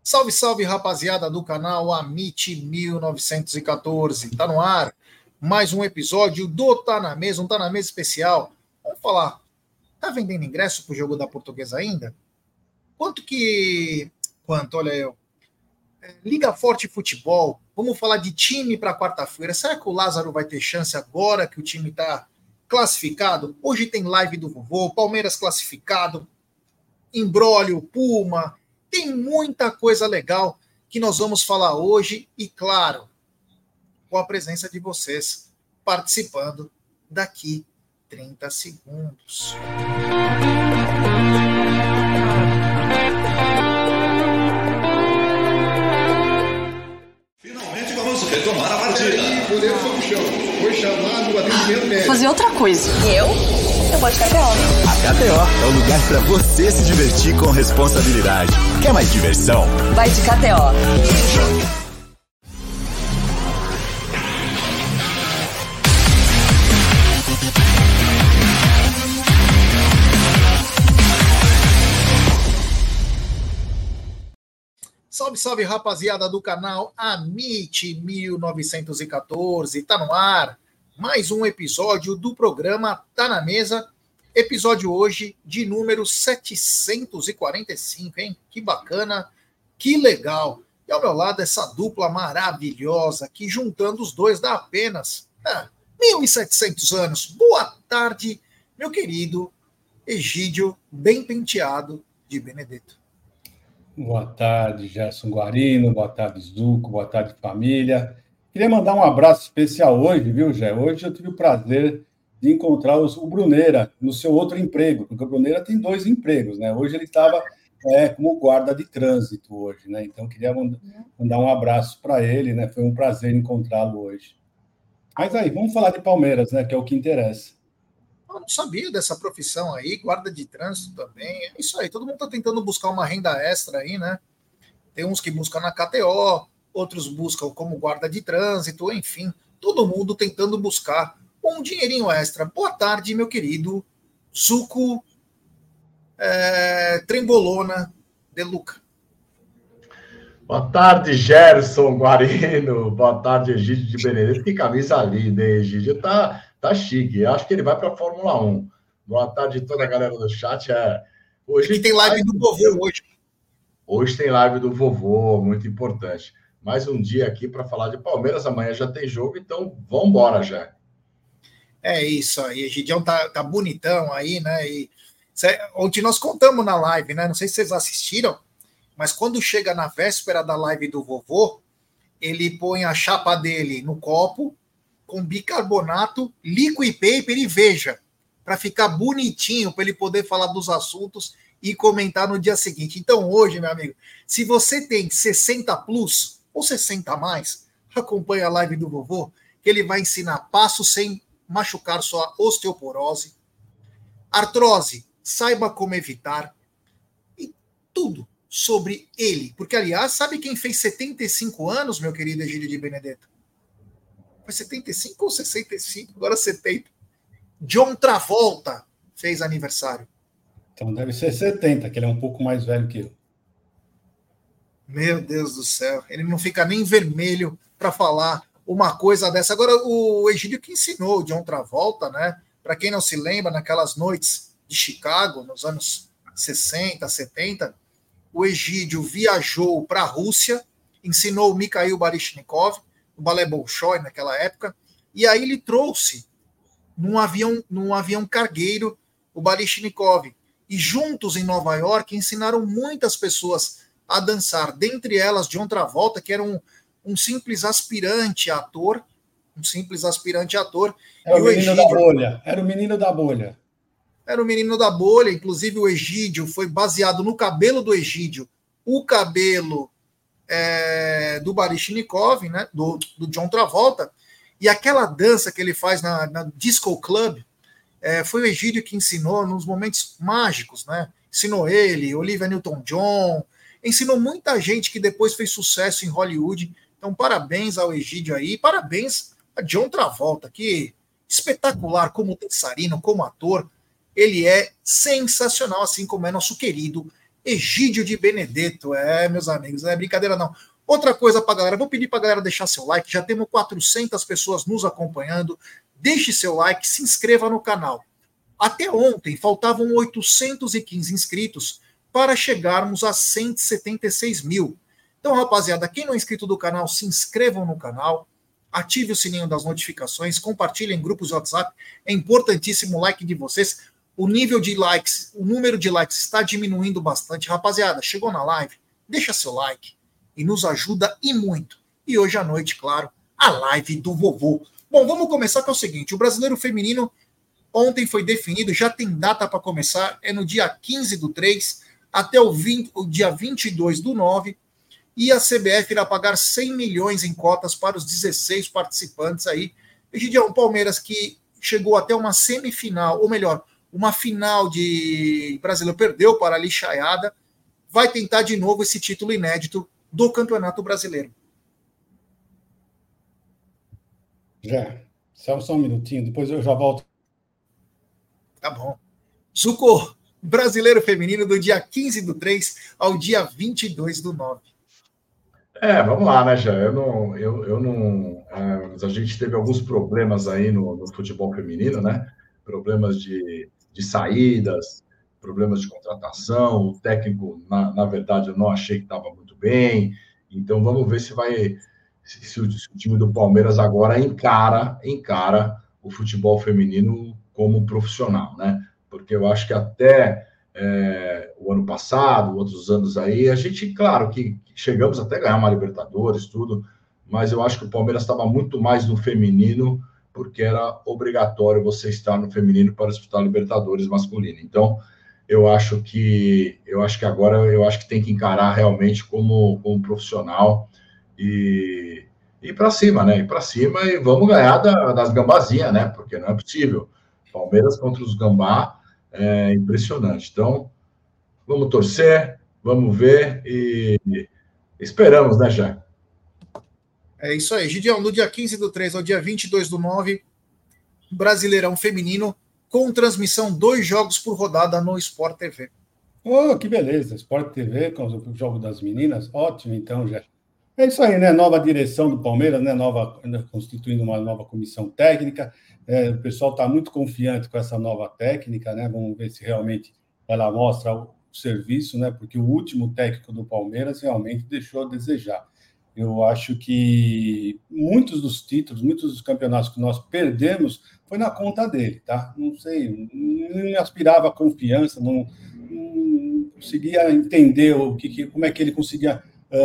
Salve, salve, rapaziada do canal Amit 1914. Tá no ar mais um episódio do Tá na Mesa, um Tá na Mesa especial. Vamos falar, tá vendendo ingresso pro jogo da Portuguesa ainda? Olha eu. Liga Forte Futebol, vamos falar de time para quarta-feira. Será que o Lázaro vai ter chance agora que o time tá classificado? Hoje tem live do vovô, Palmeiras classificado, imbróglio, Puma. Tem muita coisa legal que nós vamos falar hoje e, claro, com a presença de vocês participando daqui 30 segundos. Finalmente vamos retomar a partida. O goleiro foi no chão. Foi chamado o atendimento médico. Fazer outra coisa. Eu vou de KTO. A KTO é o lugar para você se divertir com responsabilidade. Quer mais diversão? Vai de KTO. Salve, salve, rapaziada do canal Amit 1914. Tá no ar mais um episódio do programa Tá na Mesa. Episódio hoje de número 745, hein? Que bacana, que legal. E ao meu lado essa dupla maravilhosa que juntando os dois dá apenas 1.700 anos. Boa tarde, meu querido Egídio bem penteado de Benedetto. Boa tarde, Gerson Guarino, boa tarde, Zuco, boa tarde, família. Queria mandar um abraço especial hoje, viu, Gé? Hoje eu tive o prazer de encontrar o Bruneira no seu outro emprego, porque o Bruneira tem 2 empregos, né? Hoje ele estava como guarda de trânsito hoje, né? Então, queria mandar um abraço para ele, né? Foi um prazer encontrá-lo hoje. Mas aí, vamos falar de Palmeiras, né? Que é o que interessa. Eu não sabia dessa profissão aí, guarda de trânsito também. É isso aí, todo mundo está tentando buscar uma renda extra aí, né? Tem uns que buscam na KTO, outros buscam como guarda de trânsito, enfim, todo mundo tentando buscar um dinheirinho extra. Boa tarde, meu querido Zuco Trembolona de Luca. Boa tarde, Gerson Guarino. Boa tarde, Egídio de Benedetto. Que camisa linda, hein, Egídio? Tá chique. Eu acho que ele vai para a Fórmula 1. Boa tarde a toda a galera do chat. Hoje tem live do vovô hoje. Hoje tem live do vovô, muito importante. Mais um dia aqui para falar de Palmeiras. Amanhã já tem jogo, então vamos embora já. É isso aí. Egidião tá bonitão aí, né? E ontem nós contamos na live, né? Não sei se vocês assistiram, mas quando chega na véspera da live do vovô, ele põe a chapa dele no copo com bicarbonato, liquid paper e veja, para ficar bonitinho, para ele poder falar dos assuntos e comentar no dia seguinte. Então hoje, meu amigo, se você tem 60 plus ou 60 a mais, acompanhe a live do vovô, que ele vai ensinar passos sem machucar sua osteoporose, artrose, saiba como evitar, e tudo sobre ele. Porque, aliás, sabe quem fez 75 anos, meu querido Egídio de Benedetto? Foi 75 ou 65? Agora 70. John Travolta fez aniversário. Então deve ser 70, que ele é um pouco mais velho que eu. Meu Deus do céu. Ele não fica nem vermelho para falar uma coisa dessa. Agora, o Egídio que ensinou o John Travolta, né? Para quem não se lembra, naquelas noites de Chicago, nos anos 60, 70, o Egídio viajou para a Rússia, ensinou o Mikhail Baryshnikov, o balé Bolshoi naquela época, e aí ele trouxe num avião cargueiro o Baryshnikov, e juntos em Nova York ensinaram muitas pessoas a dançar, dentre elas John Travolta, que era um simples aspirante a ator, Era o menino da bolha. Era o menino da bolha, inclusive o Egídio foi baseado no cabelo do Egídio, o cabelo do Baryshnikov, né, do John Travolta, e aquela dança que ele faz na Disco Club, foi o Egídio que ensinou nos momentos mágicos, né? Ensinou ele, Olivia Newton-John, ensinou muita gente que depois fez sucesso em Hollywood. Então, parabéns ao Egídio aí, parabéns a John Travolta, que espetacular como dançarino, como ator, ele é sensacional, assim como é nosso querido Egídio de Benedetto. Meus amigos, não é brincadeira não. Outra coisa para a galera, vou pedir para a galera deixar seu like, já temos 400 pessoas nos acompanhando. Deixe seu like, se inscreva no canal. Até ontem, faltavam 815 inscritos para chegarmos a 176 mil. Então, rapaziada, quem não é inscrito do canal, se inscrevam no canal, ative o sininho das notificações, compartilhem em grupos de WhatsApp, é importantíssimo o like de vocês. O nível de likes, o número de likes está diminuindo bastante. Rapaziada, chegou na live, deixa seu like e nos ajuda e muito. E hoje à noite, claro, a live do vovô. Bom, vamos começar com o seguinte, o Brasileiro Feminino ontem foi definido, já tem data para começar, é no dia 15/3 até o dia 22/9, e a CBF irá pagar 100 milhões em cotas para os 16 participantes aí. Egidião, Palmeiras que chegou até uma semifinal, ou melhor, uma final de brasileiro, perdeu para a Lixaiada, vai tentar de novo esse título inédito do Campeonato Brasileiro. Já, só um minutinho, depois eu já volto. Tá bom. Zucco, Brasileiro Feminino do dia 15/3 ao dia 22/9. Vamos lá, né, já. A gente teve alguns problemas aí no futebol feminino, né? Problemas de saídas, problemas de contratação. O técnico, na verdade, eu não achei que estava muito bem. Então, vamos ver se o time do Palmeiras agora encara o futebol feminino como profissional, né? Porque eu acho que até o ano passado, outros anos aí, a gente, claro, que chegamos até a ganhar uma Libertadores, tudo, mas eu acho que o Palmeiras estava muito mais no feminino, porque era obrigatório você estar no feminino para disputar a Libertadores masculina. Então, eu acho que agora tem que encarar realmente como profissional e ir para cima, né? Ir para cima e vamos ganhar das gambazinhas, né? Porque não é possível. Palmeiras contra os gambá é impressionante. Então, vamos torcer, vamos ver e esperamos, né, Jé? É isso aí, Gideão. No dia 15/3 ao dia 22/9, Brasileirão Feminino, com transmissão 2 jogos por rodada no Sport TV. Oh, que beleza, Sport TV com o jogo das meninas, ótimo, então, já. É isso aí, né? Nova direção do Palmeiras, né? Constituindo uma nova comissão técnica. O pessoal está muito confiante com essa nova técnica, né? Vamos ver se realmente ela mostra o serviço, né? Porque o último técnico do Palmeiras realmente deixou a desejar. Eu acho que muitos dos títulos, muitos dos campeonatos que nós perdemos foi na conta dele, tá? Não sei, não aspirava a confiança, não conseguia entender como é que ele conseguia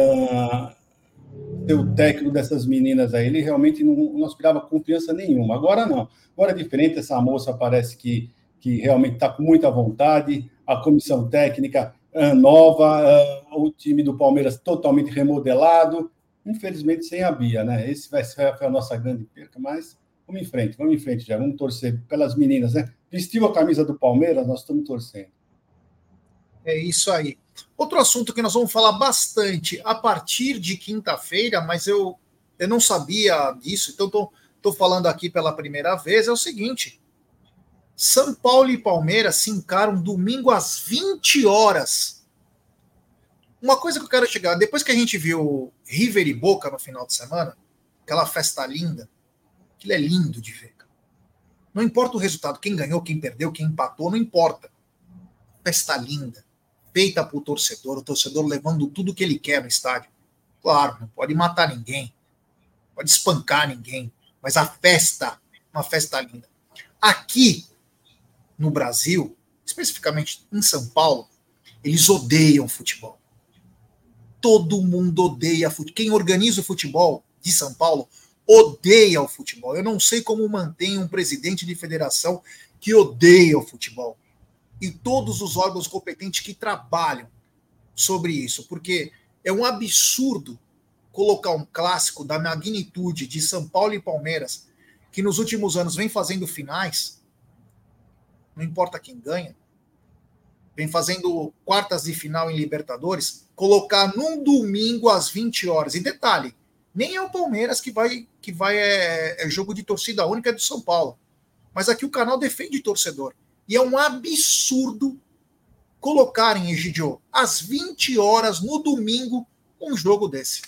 ser o técnico dessas meninas aí. Ele realmente não aspirava confiança nenhuma. Agora não. Agora é diferente, essa moça parece que realmente está com muita vontade, a comissão técnica nova, o time do Palmeiras totalmente remodelado, infelizmente sem a Bia, né? Esse foi a nossa grande perca, mas vamos em frente já, vamos torcer pelas meninas, né? Vestiu a camisa do Palmeiras, nós estamos torcendo. É isso aí. Outro assunto que nós vamos falar bastante a partir de quinta-feira, mas eu não sabia disso, então estou falando aqui pela primeira vez, é o seguinte: São Paulo e Palmeiras se encaram domingo às 20 horas. Uma coisa que eu quero chegar, depois que a gente viu River e Boca no final de semana, aquela festa linda, aquilo é lindo de ver. Não importa o resultado, quem ganhou, quem perdeu, quem empatou, não importa. Festa linda, feita para o torcedor levando tudo que ele quer no estádio. Claro, não pode matar ninguém, pode espancar ninguém, mas a festa, uma festa linda. Aqui no Brasil, especificamente em São Paulo, eles odeiam futebol. Todo mundo odeia futebol. Quem organiza o futebol de São Paulo odeia o futebol. Eu não sei como mantém um presidente de federação que odeia o futebol. E todos os órgãos competentes que trabalham sobre isso, porque é um absurdo colocar um clássico da magnitude de São Paulo e Palmeiras, que nos últimos anos vem fazendo finais, não importa quem ganha, vem fazendo quartas de final em Libertadores, colocar num domingo às 20 horas. E detalhe, nem é o Palmeiras que vai é jogo de torcida única, é do São Paulo. Mas aqui o canal defende torcedor. E é um absurdo colocarem, Egidio, às 20 horas no domingo, um jogo desse?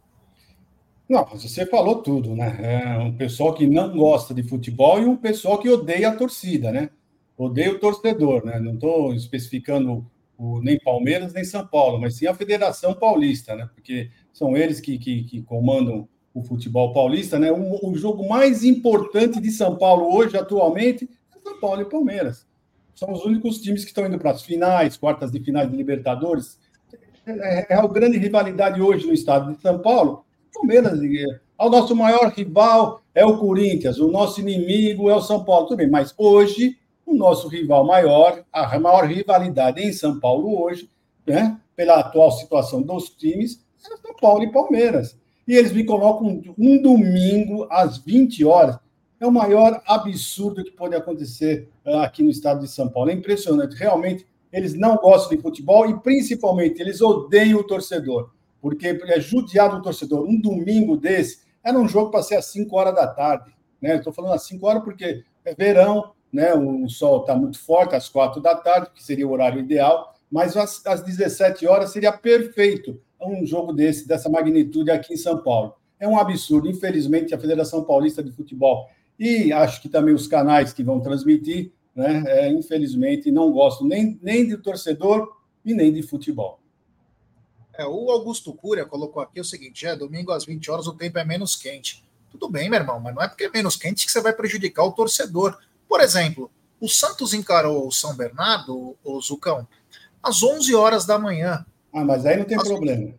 Não, você falou tudo, né? É um pessoal que não gosta de futebol e um pessoal que odeia a torcida, né? Odeia o torcedor, né? Não estou especificando nem Palmeiras nem São Paulo, mas sim a Federação Paulista, né? Porque são eles que comandam o futebol paulista, né? O jogo mais importante de São Paulo hoje, atualmente, é São Paulo e Palmeiras. São os únicos times que estão indo para as finais, quartas de finais de Libertadores. É a grande rivalidade hoje no estado de São Paulo. Palmeiras, o nosso maior rival é o Corinthians, o nosso inimigo é o São Paulo também, mas hoje o nosso rival maior, a maior rivalidade em São Paulo hoje, né, pela atual situação dos times, é São Paulo e Palmeiras. E eles me colocam um domingo às 20 horas. É o maior absurdo que pode acontecer aqui no estado de São Paulo. É impressionante. Realmente, eles não gostam de futebol e, principalmente, eles odeiam o torcedor. Porque é judiar do torcedor. Um domingo desse era um jogo para ser às 5 horas da tarde. Né? Estou falando às 5 horas porque é verão, né? O sol está muito forte, às 4 da tarde, que seria o horário ideal, mas às 17 horas seria perfeito um jogo dessa magnitude aqui em São Paulo. É um absurdo. Infelizmente, a Federação Paulista de Futebol e acho que também os canais que vão transmitir, né? Infelizmente, não gostam nem do torcedor e nem de futebol. O Augusto Curia colocou aqui o seguinte, domingo às 20 horas o tempo é menos quente. Tudo bem, meu irmão, mas não é porque é menos quente que você vai prejudicar o torcedor. Por exemplo, o Santos encarou o São Bernardo, o Zucão, às 11 horas da manhã. Mas aí não tem problema.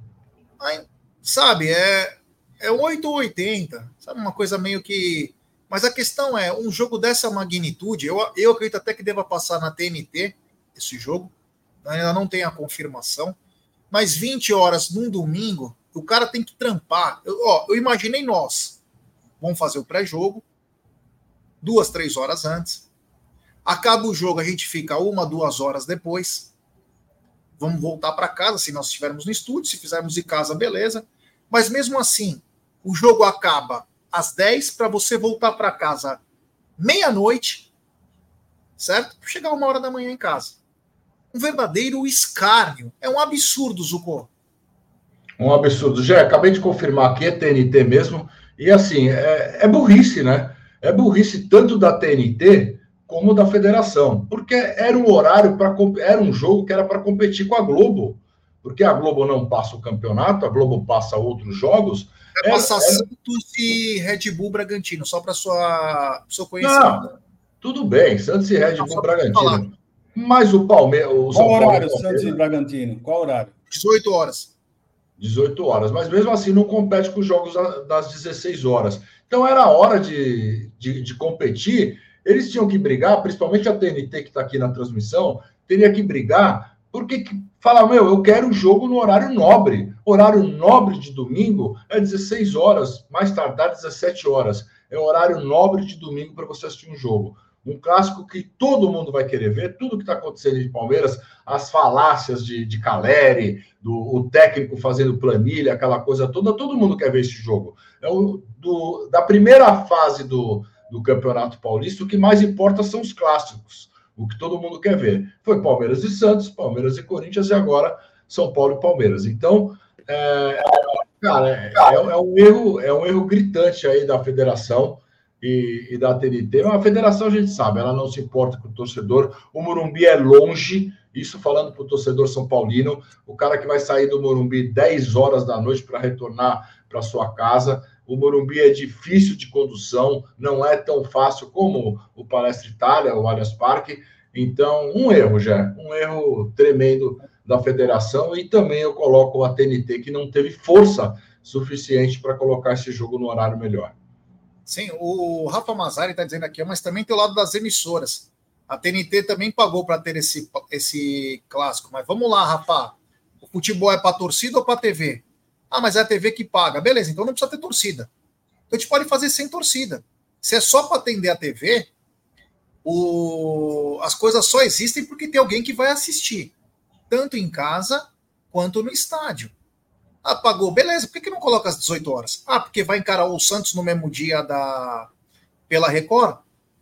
Aí, sabe, é 8 ou 80, sabe, uma coisa meio que... Mas a questão é, um jogo dessa magnitude, eu acredito até que deva passar na TNT, esse jogo, ainda não tem a confirmação, mas 20 horas num domingo, o cara tem que trampar. Eu imaginei nós. Vamos fazer o pré-jogo, 2, 3 horas antes. Acaba o jogo, a gente fica 1, 2 horas depois. Vamos voltar para casa, se nós estivermos no estúdio. Se fizermos de casa, beleza. Mas mesmo assim, o jogo acaba às 10 para você voltar para casa meia-noite, certo? Chegar 1 hora da manhã em casa. Um verdadeiro escárnio. É um absurdo, Zucco. Um absurdo. Já acabei de confirmar aqui, é TNT mesmo. E assim, é burrice, né? É burrice tanto da TNT como da federação. Porque era um horário era um jogo que era para competir com a Globo. Porque a Globo não passa o campeonato, a Globo passa outros jogos. Vai passar Santos e Red Bull Bragantino, só para seu conhecimento. Não, tudo bem, Santos e Red Bull Bragantino. Mas o Palmeiras... Qual horário, Santos e Bragantino? Qual horário? 18 horas. 18 horas. Mas mesmo assim não compete com os jogos das 16 horas. Então era hora de competir. Eles tinham que brigar, principalmente a TNT que está aqui na transmissão, teria que brigar, porque fala, eu quero um jogo no horário nobre. Horário nobre de domingo é 16 horas, mais tardar 17 horas. É horário nobre de domingo para você assistir um jogo. Um clássico que todo mundo vai querer ver, tudo que está acontecendo em Palmeiras, as falácias de Caleri, o técnico fazendo planilha, aquela coisa toda, todo mundo quer ver esse jogo. Da primeira fase do Campeonato Paulista, o que mais importa são os clássicos, o que todo mundo quer ver. Foi Palmeiras e Santos, Palmeiras e Corinthians, e agora São Paulo e Palmeiras. Então, é um erro gritante aí da federação, e da TNT. A federação, a gente sabe, ela não se importa com o torcedor. O Morumbi é longe, isso falando para o torcedor são paulino, o cara que vai sair do Morumbi 10 horas da noite para retornar para sua casa. O Morumbi é difícil de condução, não é tão fácil como o Palestra Itália, o Allianz Parque. Então, um erro tremendo da federação, e também eu coloco a TNT, que não teve força suficiente para colocar esse jogo no horário melhor. Sim, o Rafa Mazari está dizendo aqui, mas também tem o lado das emissoras. A TNT também pagou para ter esse clássico. Mas vamos lá, Rafa. O futebol é para torcida ou para TV? Mas é a TV que paga. Beleza, então não precisa ter torcida. Então a gente pode fazer sem torcida. Se é só para atender a TV, as coisas só existem porque tem alguém que vai assistir. Tanto em casa quanto no estádio. Pagou, beleza, por que não coloca às 18 horas? Porque vai encarar o Santos no mesmo dia pela Record?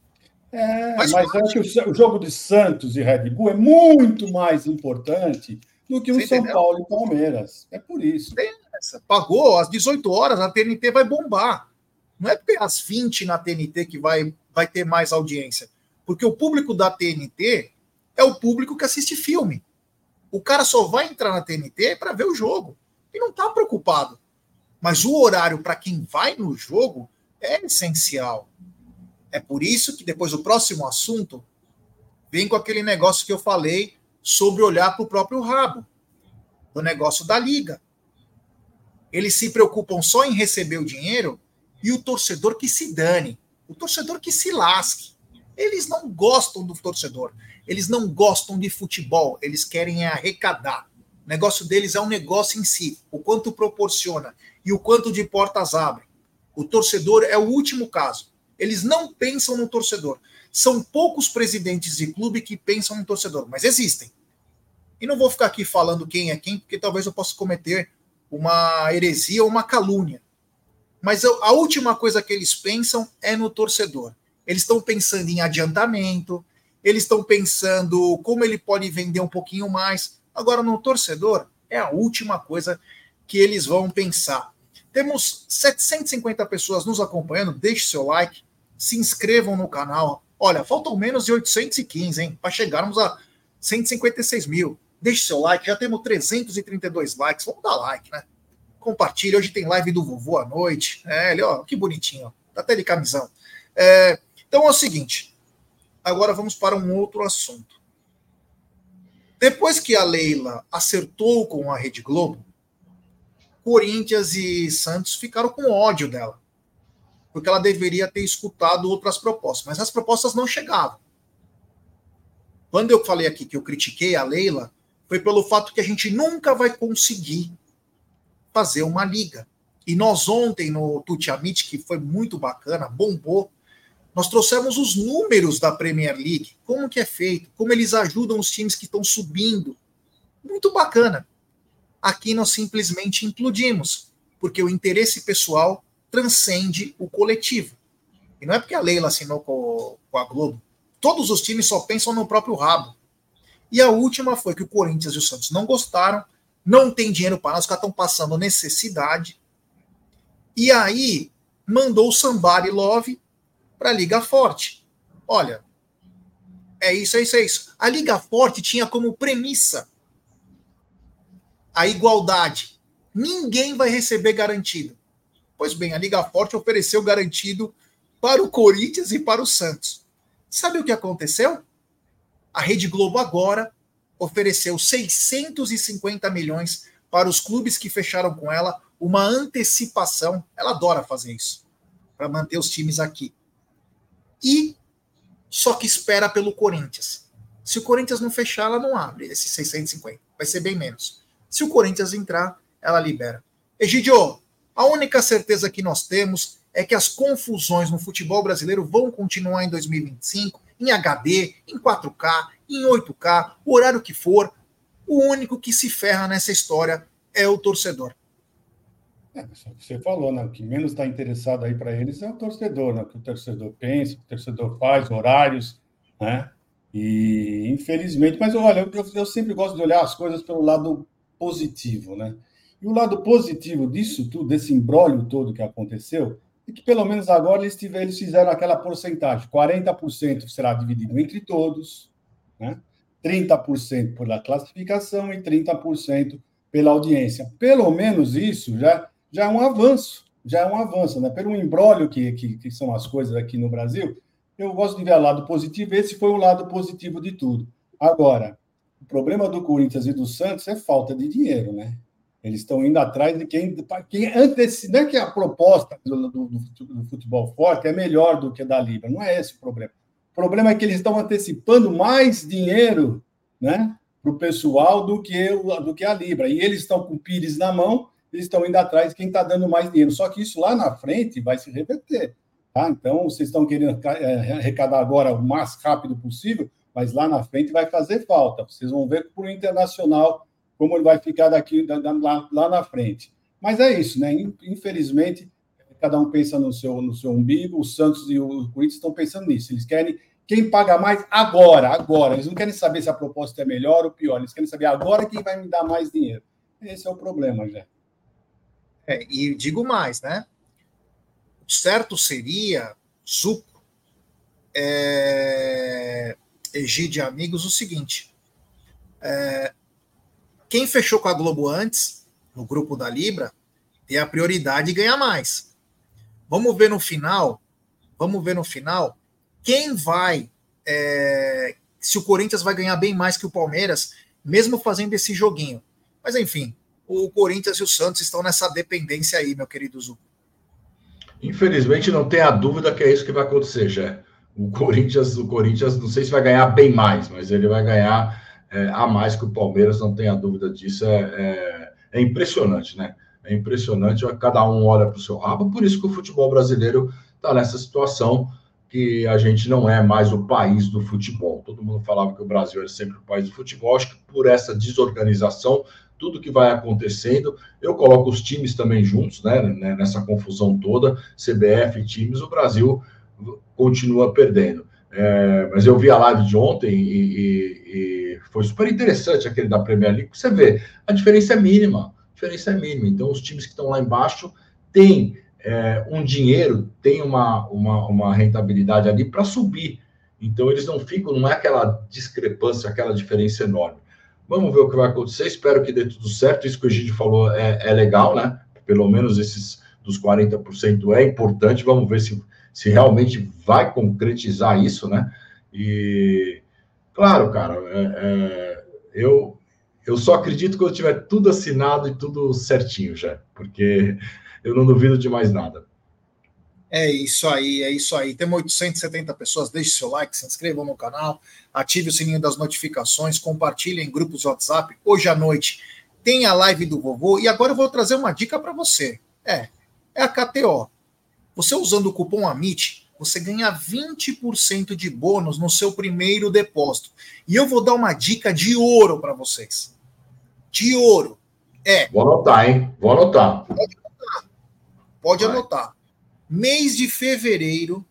Mas Mas eu acho que o jogo de Santos e Red Bull é muito mais importante do que o Você São entendeu? Paulo e Palmeiras. É por isso. pagou às 18 horas, a TNT vai bombar. Não é porque às 20 na TNT que vai ter mais audiência. Porque o público da TNT é o público que assiste filme. O cara só vai entrar na TNT para ver o jogo. E não está preocupado. Mas o horário para quem vai no jogo é essencial. É por isso que depois o próximo assunto vem com aquele negócio que eu falei sobre olhar para o próprio rabo, do negócio da liga. Eles se preocupam só em receber o dinheiro e o torcedor que se dane, o torcedor que se lasque. Eles não gostam do torcedor, eles não gostam de futebol, eles querem arrecadar. O negócio deles é um negócio em si, o quanto proporciona e o quanto de portas abre. O torcedor é o último caso. Eles não pensam no torcedor. São poucos presidentes de clube que pensam no torcedor, mas existem. E não vou ficar aqui falando quem é quem, porque talvez eu possa cometer uma heresia ou uma calúnia. Mas a última coisa que eles pensam é no torcedor. Eles estão pensando em adiantamento, eles estão pensando como ele pode vender um pouquinho mais. Agora, no torcedor, é a última coisa que eles vão pensar. Temos 750 pessoas nos acompanhando, deixe seu like, se inscrevam no canal. Olha, faltam menos de 815, hein? Para chegarmos a 156 mil. Deixe seu like, já temos 332 likes. Vamos dar like, né? Compartilhe. Hoje tem live do vovô à noite. Ele, ó, que bonitinho. Tá até de camisão. Então é o seguinte. Agora vamos para um outro assunto. Depois que a Leila acertou com a Rede Globo, Corinthians e Santos ficaram com ódio dela. Porque ela deveria ter escutado outras propostas. Mas as propostas não chegavam. Quando eu falei aqui que eu critiquei a Leila, foi pelo fato que a gente nunca vai conseguir fazer uma liga. E nós ontem, no Tuti Amit, que foi muito bacana, bombou, nós trouxemos os números da Premier League, como que é feito, como eles ajudam os times que estão subindo. Muito bacana. Aqui nós simplesmente implodimos, porque o interesse pessoal transcende o coletivo. E não é porque a Leila assinou com a Globo. Todos os times só pensam no próprio rabo. E a última foi que o Corinthians e o Santos não gostaram, não tem dinheiro para nós, os caras estão passando necessidade. E aí mandou o Somebody Love para a Liga Forte. Olha, é isso. A Liga Forte tinha como premissa a igualdade. Ninguém vai receber garantido. Pois bem, a Liga Forte ofereceu garantido para o Corinthians e para o Santos. Sabe o que aconteceu? A Rede Globo agora ofereceu 650 milhões para os clubes que fecharam com ela, uma antecipação. Ela adora fazer isso, para manter os times aqui. E só que espera pelo Corinthians. Se o Corinthians não fechar, ela não abre esses 650. Vai ser bem menos. Se o Corinthians entrar, ela libera. Egidio, a única certeza que nós temos é que as confusões no futebol brasileiro vão continuar em 2025, em HD, em 4K, em 8K, o horário que for. O único que se ferra nessa história é o torcedor. Você falou, né? O que menos está interessado aí para eles é o torcedor, né? O que o torcedor pensa, o que o torcedor faz, horários, né? E infelizmente, mas olha, eu sempre gosto de olhar as coisas pelo lado positivo, né? E o lado positivo disso tudo, desse imbróglio todo que aconteceu, é que pelo menos agora eles fizeram aquela porcentagem, 40% será dividido entre todos, né? 30% pela classificação e 30% pela audiência. Pelo menos isso já é um avanço, né? Pelo imbróglio que são as coisas aqui no Brasil, eu gosto de ver o lado positivo, esse foi o lado positivo de tudo. Agora, o problema do Corinthians e do Santos é falta de dinheiro, né? Eles estão indo atrás de quem antes, não é que a proposta do futebol forte é melhor do que a da Libra, não é esse o problema. O problema é que eles estão antecipando mais dinheiro, né, para o pessoal do que a Libra. E eles estão com o Pires na mão, eles estão indo atrás de quem está dando mais dinheiro. Só que isso lá na frente vai se reverter. Tá? Então, vocês estão querendo arrecadar agora o mais rápido possível, mas lá na frente vai fazer falta. Vocês vão ver para o Internacional como ele vai ficar lá na frente. Mas é isso, né? Infelizmente, cada um pensa no seu umbigo, o Santos e o Corinthians estão pensando nisso. Eles querem quem paga mais agora. Eles não querem saber se a proposta é melhor ou pior, eles querem saber agora quem vai me dar mais dinheiro. Esse é o problema, já. E digo mais, né? O certo seria, Zuco, Egídio e amigos, o seguinte: quem fechou com a Globo antes, no grupo da Libra, tem a prioridade de ganhar mais. Vamos ver no final quem vai, se o Corinthians vai ganhar bem mais que o Palmeiras, mesmo fazendo esse joguinho. Mas, enfim, o Corinthians e o Santos estão nessa dependência aí, meu querido Zuco. Infelizmente, não tenha dúvida que é isso que vai acontecer, já. O Corinthians, não sei se vai ganhar bem mais, mas ele vai ganhar a mais que o Palmeiras, não tenha dúvida disso. É impressionante, né? É impressionante, cada um olha para o seu rabo, por isso que o futebol brasileiro está nessa situação que a gente não é mais o país do futebol. Todo mundo falava que o Brasil era sempre o país do futebol, acho que por essa desorganização, tudo que vai acontecendo, eu coloco os times também juntos, né, nessa confusão toda, CBF, times, o Brasil continua perdendo. Mas eu vi a live de ontem e foi super interessante aquele da Premier League, você vê, a diferença é mínima, então os times que estão lá embaixo têm um dinheiro, têm uma rentabilidade ali para subir, então eles não ficam, não é aquela discrepância, aquela diferença enorme. Vamos ver o que vai acontecer, espero que dê tudo certo. Isso que o Egídio falou é legal, né? Pelo menos esses dos 40% é importante. Vamos ver se realmente vai concretizar isso, né? E, claro, cara, eu só acredito quando tiver tudo assinado e tudo certinho já, porque eu não duvido de mais nada. É isso aí. Temos 870 pessoas. Deixe seu like, se inscrevam no canal, ative o sininho das notificações, compartilhe em grupos WhatsApp. Hoje à noite tem a live do vovô. E agora eu vou trazer uma dica para você. É a KTO. Você usando o cupom AMIT, você ganha 20% de bônus no seu primeiro depósito. E eu vou dar uma dica de ouro para vocês. De ouro. Vou anotar, hein? Pode anotar. Mês de fevereiro,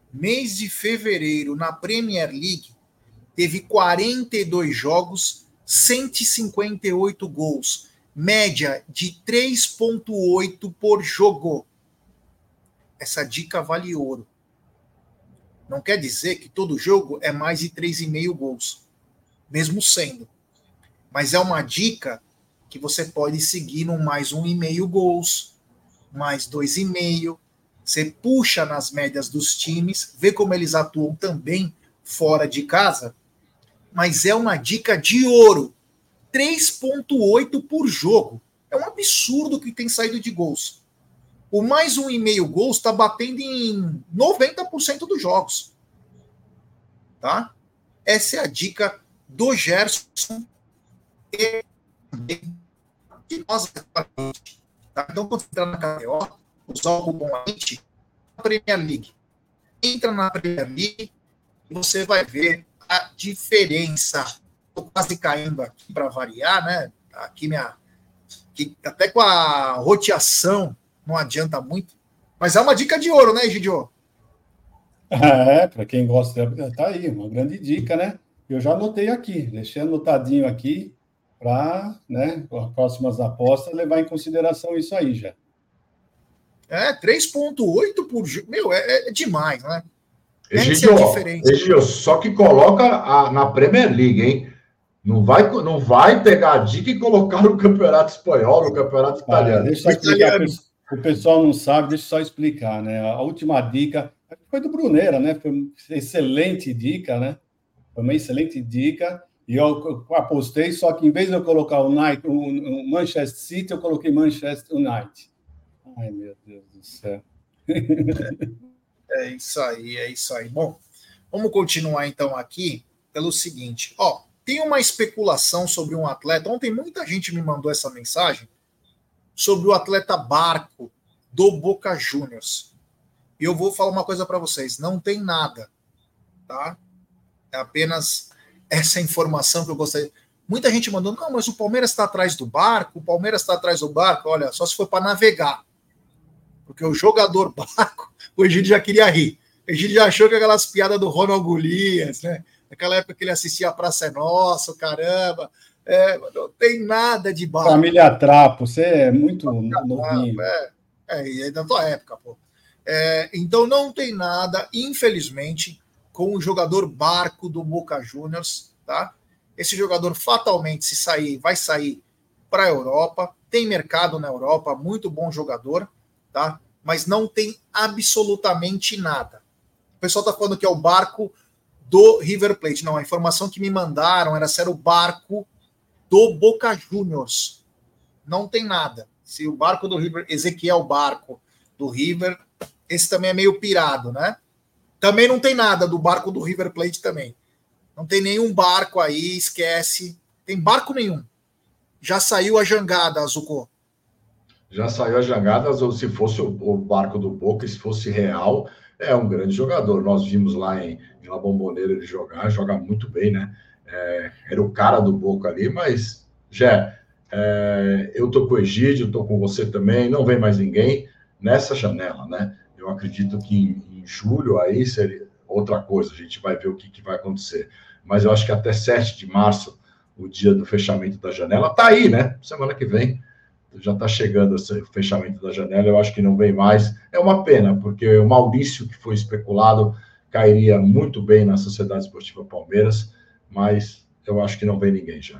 na Premier League, teve 42 jogos, 158 gols, média de 3,8 por jogo. Essa dica vale ouro. Não quer dizer que todo jogo é mais de 3,5 gols, mesmo sendo. Mas é uma dica que você pode seguir no mais 1,5 gols, mais 2,5. Você puxa nas médias dos times, vê como eles atuam também fora de casa, mas é uma dica de ouro. 3,8 por jogo. É um absurdo que tem saído de gols. O mais 1,5 gols está batendo em 90% dos jogos. Tá? Essa é a dica do Gerson e de nós. Tá? Então, quando você entrar na KTO, usar o cupom AMIT na Premier League. Entra na Premier League e você vai ver a diferença. Estou quase caindo aqui para variar, né? Aqui até com a roteação não adianta muito. Mas é uma dica de ouro, né, Egidio? Para quem gosta, tá aí, uma grande dica, né? Eu já anotei aqui, deixei anotadinho aqui para, né, as próximas apostas, levar em consideração isso aí já. 3,8 por jogo. Meu, é demais, né? Egidio, só que coloca na Premier League, hein? Não vai pegar a dica e colocar no Campeonato Espanhol, no Campeonato Italiano. Deixa eu explicar, o pessoal não sabe, deixa eu só explicar, né? A última dica foi do Brunera, né? Foi uma excelente dica, né? Foi uma excelente dica. E eu apostei, só que em vez de eu colocar o Manchester City, eu coloquei Manchester United. Ai, meu Deus do céu. É isso aí. Bom, vamos continuar então aqui pelo seguinte. Tem uma especulação sobre um atleta. Ontem muita gente me mandou essa mensagem sobre o atleta Barco do Boca Juniors. E eu vou falar uma coisa para vocês. Não tem nada, tá? É apenas essa informação que eu gostaria. Muita gente mandou, não, mas o Palmeiras está atrás do Barco, Olha, só se for para navegar. Porque o jogador Barco, o Egídio já queria rir. Egídio já achou que aquelas piadas do Ronald Golias, né? Naquela época que ele assistia a Praça é Nossa, caramba. Não tem nada de baixo. Família Trapo, você é muito novinho. E é da tua época, pô. Então não tem nada, infelizmente, com o jogador Barco do Boca Juniors, tá? Esse jogador fatalmente, se sair, vai sair para a Europa. Tem mercado na Europa, muito bom jogador, tá? Mas não tem absolutamente nada. O pessoal está falando que é o Barco do River Plate. Não, a informação que me mandaram era se era o Barco do Boca Juniors. Não tem nada. Se o Barco do River, Ezequiel Barco do River, esse também é meio pirado, né? Também não tem nada do Barco do River Plate também. Não tem nenhum barco aí, esquece. Tem barco nenhum. Já saiu a jangada, Zucco. Já saiu a jangada, ou se fosse o Barco do Boca, se fosse real, é um grande jogador. Nós vimos lá em La Bombonera ele joga muito bem, né? Era o cara do Boca ali, mas eu tô com o Egídio, tô com você também, não vem mais ninguém nessa janela, né? Eu acredito que em julho aí seria outra coisa, a gente vai ver o que vai acontecer. Mas eu acho que até 7 de março, o dia do fechamento da janela, tá aí, né? Semana que vem já está chegando esse fechamento da janela, eu acho que não vem mais. É uma pena, porque o Maurício, que foi especulado, cairia muito bem na Sociedade Esportiva Palmeiras, mas eu acho que não vem ninguém já.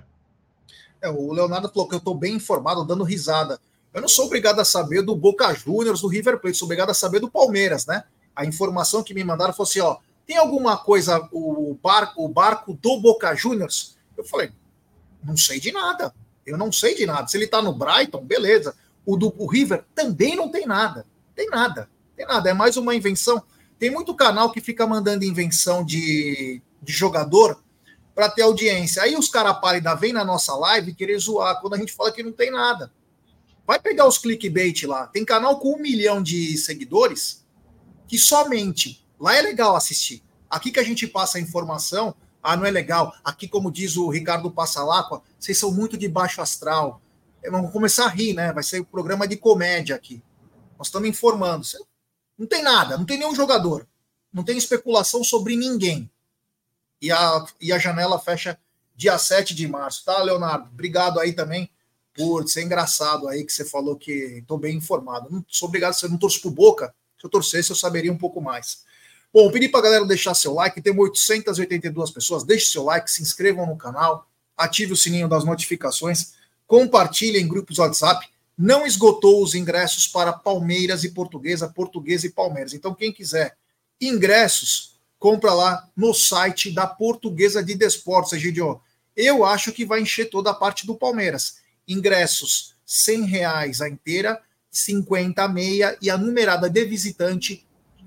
O Leonardo falou que eu estou bem informado, dando risada. Eu não sou obrigado a saber do Boca Juniors, do River Plate, sou obrigado a saber do Palmeiras, né? A informação que me mandaram foi assim, tem alguma coisa, o barco do Boca Juniors? Eu falei, não sei de nada. Eu não sei de nada. Se ele tá no Brighton, beleza. O do River também não tem nada. Tem nada. É mais uma invenção. Tem muito canal que fica mandando invenção de jogador para ter audiência. Aí os caras pálidas vêm na nossa live querer zoar quando a gente fala que não tem nada. Vai pegar os clickbait lá. Tem canal com 1 milhão de seguidores que somente. Lá é legal assistir. Aqui que a gente passa a informação, não é legal. Aqui, como diz o Ricardo Passalacqua, vocês são muito de baixo astral. Vamos começar a rir, né? Vai ser um programa de comédia aqui. Nós estamos informando. Não tem nada, não tem nenhum jogador. Não tem especulação sobre ninguém. E a janela fecha dia 7 de março, tá, Leonardo? Obrigado aí também por ser engraçado aí, que você falou que estou bem informado. Não sou obrigado, se eu não torço pro Boca. Se eu torcesse, eu saberia um pouco mais. Bom, pedi para a galera deixar seu like, temos 882 pessoas, deixe seu like, se inscrevam no canal, ative o sininho das notificações, compartilhe em grupos WhatsApp, não esgotou os ingressos para Palmeiras e Portuguesa, Portuguesa e Palmeiras. Então quem quiser ingressos, compra lá no site da Portuguesa de Desportos, Egidio. Eu acho que vai encher toda a parte do Palmeiras. Ingressos R$100 a inteira, 50 a meia e a numerada de visitante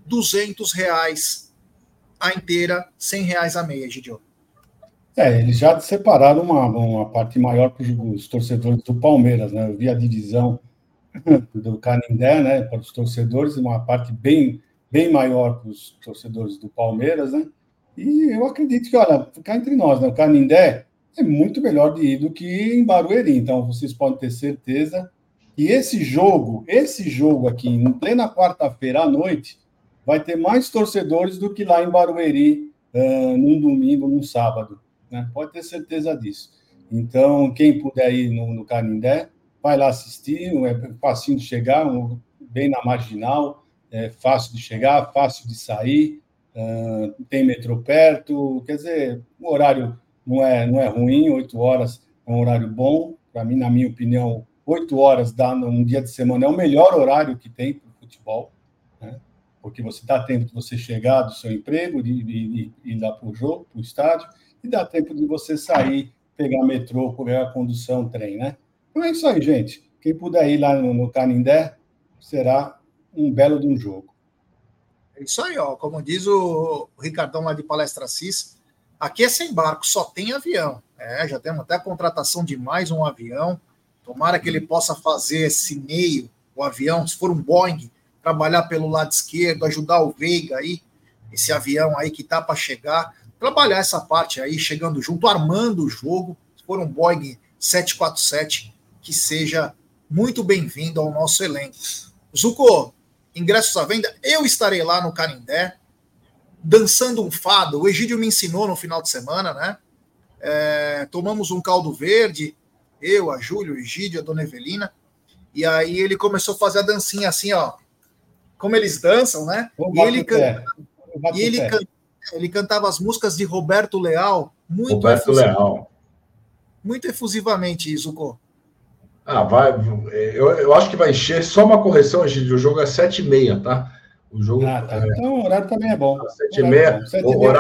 R$200 a inteira, R$100 a meia, Gidio. Eles já separaram uma parte maior para os torcedores do Palmeiras, né? Eu vi a divisão do Canindé, né, para os torcedores, uma parte bem maior para os torcedores do Palmeiras, né? E eu acredito que, olha, ficar entre nós, né? O Canindé é muito melhor de ir do que em Barueri, então vocês podem ter certeza que esse jogo aqui, em plena quarta-feira à noite, vai ter mais torcedores do que lá em Barueri, num domingo, num sábado. Né? Pode ter certeza disso. Então, quem puder ir no Canindé, vai lá assistir, é facinho de chegar, bem na Marginal, é fácil de chegar, fácil de sair, tem metrô perto, quer dizer, o horário não é ruim, 8 horas é um horário bom, para mim, na minha opinião, 8 horas num dia de semana é o melhor horário que tem para o futebol, né? Porque você dá tempo de você chegar do seu emprego, de ir lá para o jogo, para o estádio, e dá tempo de você sair, pegar metrô, pegar a condução, trem, né? Então é isso aí, gente. Quem puder ir lá no Canindé, será um belo de um jogo. É isso aí, ó. Como diz o Ricardão lá de Palestra Assis, aqui é sem barco, só tem avião. Já temos até a contratação de mais um avião. Tomara que ele possa fazer esse meio, o avião, se for um Boeing, trabalhar pelo lado esquerdo, ajudar o Veiga aí, esse avião aí que tá para chegar, trabalhar essa parte aí, chegando junto, armando o jogo. Se for um Boeing 747, que seja muito bem-vindo ao nosso elenco. Zucco, ingressos à venda, eu estarei lá no Canindé, dançando um fado. O Egídio me ensinou no final de semana, né? Tomamos um caldo verde, eu, a Júlia, o Egídio, a dona Evelina, e aí ele começou a fazer a dancinha assim, ó, como eles dançam, né? Ele cantava as músicas de Roberto Leal, muito efusivamente, Zucco. Eu acho que vai encher. Só uma correção, Egídio, o jogo é 7h30, tá? O jogo tá. Então o horário também é bom. 7h30,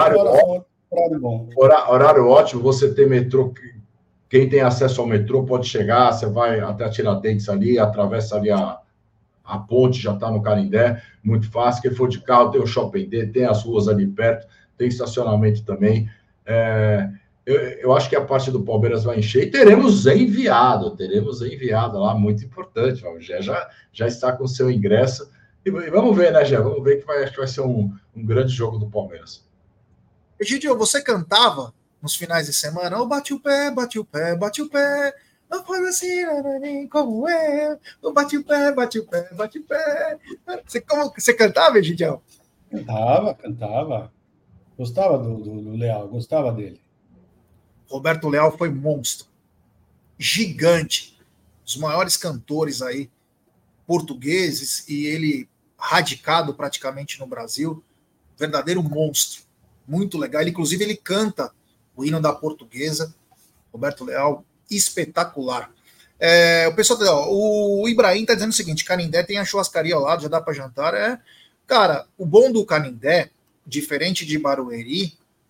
horário ótimo. Você tem metrô, quem tem acesso ao metrô pode chegar, você vai até a Tiradentes ali, atravessa ali a ponte, já está no Canindé, muito fácil. Quem for de carro, tem o Shopping D, tem as ruas ali perto, tem estacionamento também. Eu acho que a parte do Palmeiras vai encher e teremos enviado lá, muito importante. O Gé já está com o seu ingresso. E vamos ver, né, Gé? Vamos ver acho que vai ser um grande jogo do Palmeiras. Egídio, você cantava nos finais de semana? Eu bati o pé, bati o pé, bati o pé. Não foi assim, como eu. Eu bati o pé, bati o pé, bati o pé. Você cantava, Egídio? Cantava. Gostava do Leal, gostava dele. Roberto Leal foi monstro. Gigante. Os maiores cantores aí, portugueses, e ele radicado praticamente no Brasil. Verdadeiro monstro. Muito legal. Inclusive, ele canta o hino da Portuguesa. Roberto Leal, espetacular. O pessoal, o Ibrahim está dizendo o seguinte: Canindé tem a churrascaria ao lado, já dá para jantar. Cara, o bom do Canindé, diferente de Barueri,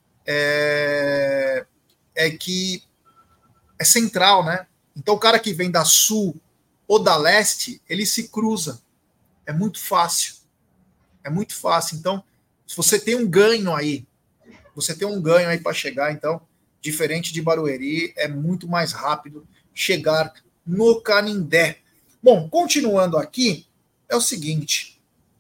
é que é central, né? Então o cara que vem da sul ou da leste, ele se cruza. É muito fácil. Então, se você tem um ganho aí para chegar, então, diferente de Barueri, é muito mais rápido chegar no Canindé. Bom, continuando aqui, é o seguinte: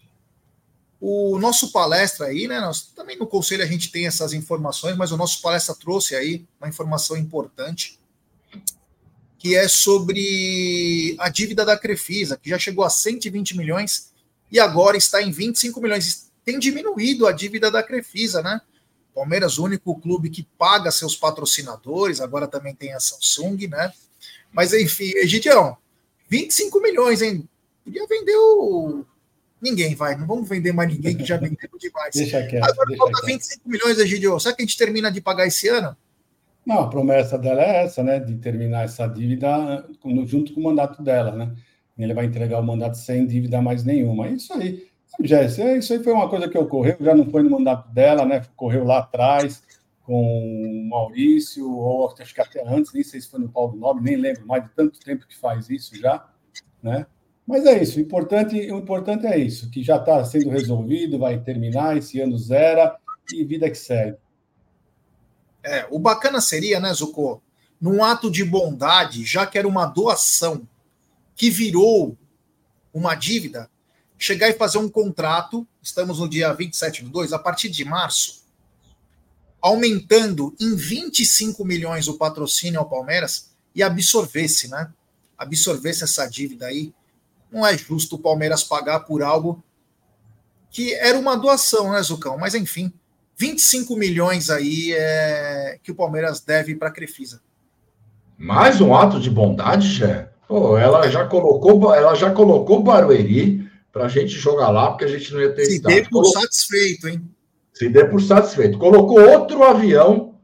o nosso palestra aí, né? Nós também no Conselho a gente tem essas informações, mas o nosso palestra trouxe aí uma informação importante, que é sobre a dívida da Crefisa, que já chegou a 120 milhões e agora está em 25 milhões. Tem diminuído a dívida da Crefisa, né? Palmeiras, o único clube que paga seus patrocinadores, agora também tem a Samsung, né? Mas enfim, Egidião, 25 milhões, hein? Podia vender ninguém, não vamos vender mais ninguém, que já vendeu demais. Agora falta 25 milhões, Egidio. Será que a gente termina de pagar esse ano? Não, a promessa dela é essa, né? De terminar essa dívida junto com o mandato dela, né? Ele vai entregar o mandato sem dívida mais nenhuma. É isso aí. Jéssica, isso aí foi uma coisa que ocorreu, já não foi no mandato dela, né? Ocorreu lá atrás com o Maurício, ou acho que até antes, nem sei se foi no Paulo Nobre, nem lembro mais de tanto tempo que faz isso já, né? Mas é isso, o importante é isso, que já está sendo resolvido, vai terminar, esse ano zera, e vida que segue. O bacana seria, né, Zucco, num ato de bondade, já que era uma doação que virou uma dívida, chegar e fazer um contrato, estamos no dia 27/2, a partir de março, aumentando em 25 milhões o patrocínio ao Palmeiras e absorvesse essa dívida aí. Não é justo o Palmeiras pagar por algo que era uma doação, né, Zucão? Mas, enfim, 25 milhões aí que o Palmeiras deve para a Crefisa. Mais um ato de bondade, Gé? Pô, ela já colocou Barueri para a gente jogar lá, porque a gente não ia ter estado. Se der por satisfeito, hein? Se der por satisfeito. Colocou outro avião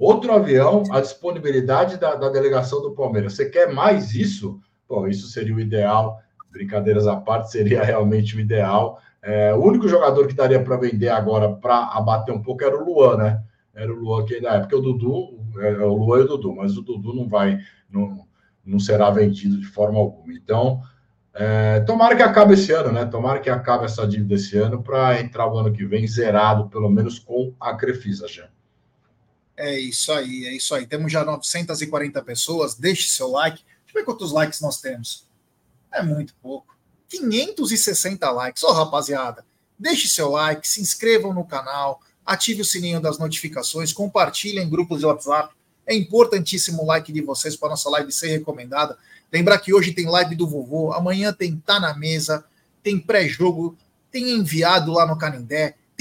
à disponibilidade da delegação do Palmeiras. Você quer mais isso? Pô, isso seria o ideal. Brincadeiras à parte, seria realmente o ideal. O único jogador que daria para vender agora para abater um pouco era o Luan, né? Era o Luan que na época o Luan e o Dudu, mas o Dudu não será vendido de forma alguma. Então, tomara que acabe esse ano, né? Tomara que acabe essa dívida esse ano para entrar o ano que vem zerado, pelo menos com a Crefisa, já. É isso aí. Temos já 940 pessoas. Deixe seu like. Deixa eu ver quantos likes nós temos. É muito pouco. 560 likes. Rapaziada, deixe seu like, se inscrevam no canal, ative o sininho das notificações, compartilhem em grupos de WhatsApp. É importantíssimo o like de vocês para a nossa live ser recomendada. Lembrar que hoje tem live do vovô, amanhã tem Tá na Mesa, tem pré-jogo, tem enviado lá no Canindé,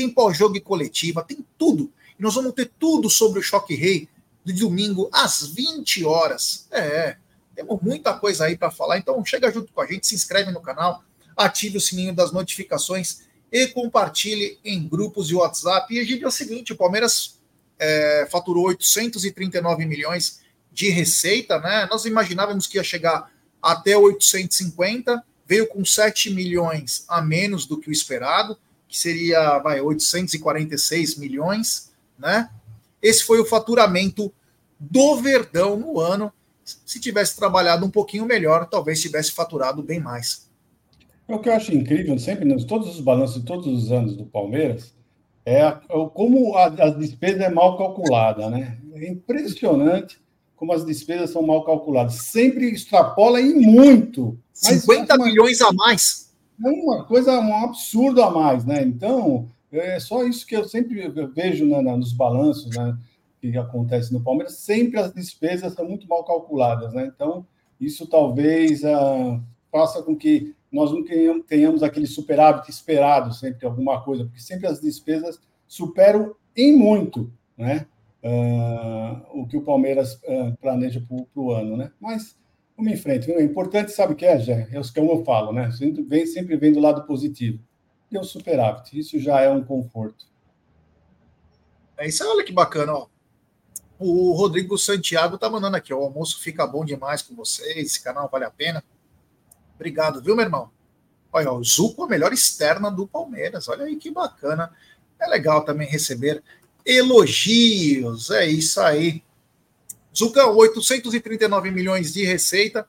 tem pós-jogo e coletiva, tem tudo. E nós vamos ter tudo sobre o Choque Rei de domingo às 20 horas. Temos muita coisa aí para falar, então chega junto com a gente, se inscreve no canal, ative o sininho das notificações e compartilhe em grupos de WhatsApp. E a gente é o seguinte, o Palmeiras faturou 839 milhões de receita, né? Nós imaginávamos que ia chegar até 850, veio com 7 milhões a menos do que o esperado, que seria 846 milhões, né? Esse foi o faturamento do Verdão no ano. Se tivesse trabalhado um pouquinho melhor, talvez tivesse faturado bem mais. O que eu acho incrível, sempre, nos todos os balanços de todos os anos do Palmeiras, é como a despesa é mal calculada, né? É impressionante como as despesas são mal calculadas. Sempre extrapola em muito. 50 milhões a mais. É uma coisa, um absurdo a mais, né? Então, é só isso que eu sempre vejo nos balanços, né, que acontece no Palmeiras. Sempre as despesas são muito mal calculadas, né? Então, isso talvez faça com que nós não tenhamos aquele superávit esperado sempre, alguma coisa, porque sempre as despesas superam em muito, né? O que o Palmeiras planeja para o ano, né? Mas vamos em frente. O importante, sabe o que é, Jé? É o que eu falo, né? Sempre vem do lado positivo. Deu superávit. Isso já é um conforto. Isso, olha que bacana, ó. O Rodrigo Santiago tá mandando aqui, ó, o almoço fica bom demais com vocês, esse canal vale a pena. Obrigado, viu, meu irmão? Olha, o Zuco, a melhor externa do Palmeiras. Olha aí que bacana. É legal também receber elogios. É isso aí. Zucão, 839 milhões de receita.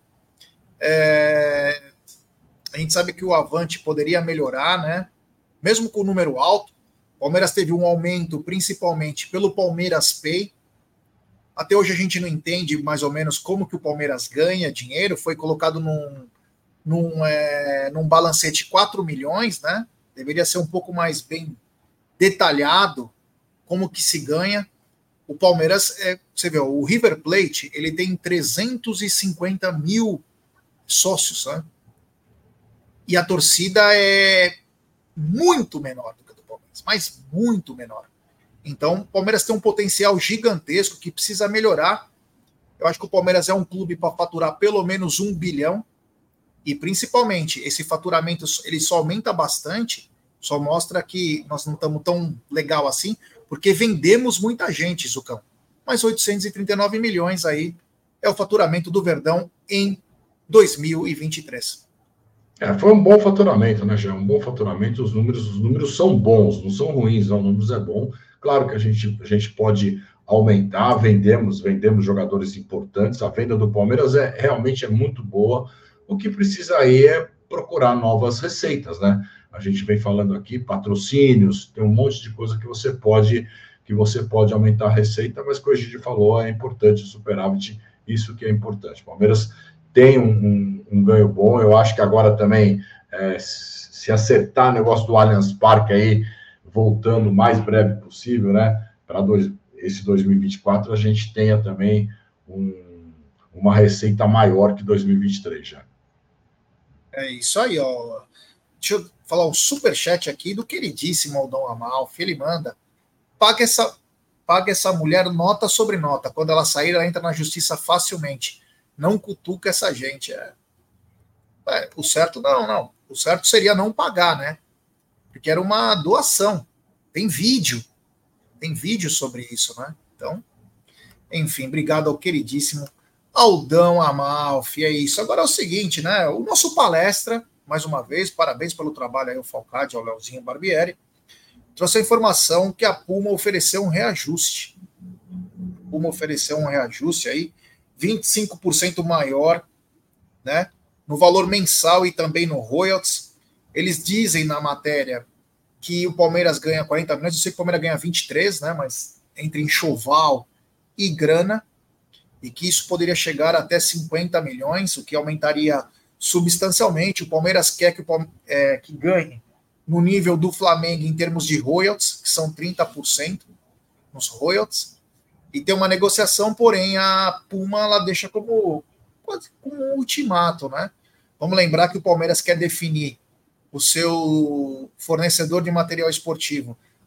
A gente sabe que o Avante poderia melhorar, né? Mesmo com o número alto. O Palmeiras teve um aumento, principalmente pelo Palmeiras Pay. Até hoje a gente não entende mais ou menos como que o Palmeiras ganha dinheiro. Foi colocado num balancete 4 milhões, né? Deveria ser um pouco mais bem detalhado como que se ganha. O Palmeiras, você vê, o River Plate, ele tem 350 mil sócios, né? E a torcida é muito menor do que a do Palmeiras, mas muito menor. Então, o Palmeiras tem um potencial gigantesco que precisa melhorar. Eu acho que o Palmeiras é um clube para faturar pelo menos 1 bilhão. E, principalmente, esse faturamento ele só aumenta bastante, só mostra que nós não estamos tão legal assim, porque vendemos muita gente, Zucão. Mas 839 milhões aí é o faturamento do Verdão em 2023. Foi um bom faturamento, né, Jean? Um bom faturamento, os números são bons, não são ruins, não, os números é bom. Claro que a gente pode aumentar, vendemos jogadores importantes, a venda do Palmeiras realmente é muito boa. O que precisa aí é procurar novas receitas, né? A gente vem falando aqui, patrocínios, tem um monte de coisa que você pode aumentar a receita, mas como a gente falou, é importante o superávit, isso que é importante. O Palmeiras tem um ganho bom, eu acho que agora também, se acertar o negócio do Allianz Parque aí, voltando o mais breve possível, né, para esse 2024, a gente tenha também uma receita maior que 2023 já. É isso aí, ó. Deixa eu falar um superchat aqui do queridíssimo Aldão Amalfi. Ele manda: paga essa mulher nota sobre nota. Quando ela sair, ela entra na justiça facilmente. Não cutuca essa gente. O certo não. O certo seria não pagar, né? Porque era uma doação. Tem vídeo sobre isso, né? Então, enfim, obrigado ao queridíssimo Aldão Amalfi. É isso. Agora é o seguinte, né? O nosso palestra, mais uma vez, parabéns pelo trabalho aí ao Falcade, ao Leozinho Barbieri, trouxe a informação que a Puma ofereceu um reajuste. Aí, 25% maior, né? No valor mensal e também no royalties. Eles dizem na matéria que o Palmeiras ganha 40 milhões, eu sei que o Palmeiras ganha 23, né? Mas entre enxoval e grana, e que isso poderia chegar até 50 milhões, o que aumentaria substancialmente. O Palmeiras quer que ganhe no nível do Flamengo em termos de royalties, que são 30% nos royalties, e tem uma negociação, porém a Puma ela deixa como um ultimato, né? Vamos lembrar que o Palmeiras quer definir o seu fornecedor de material esportivo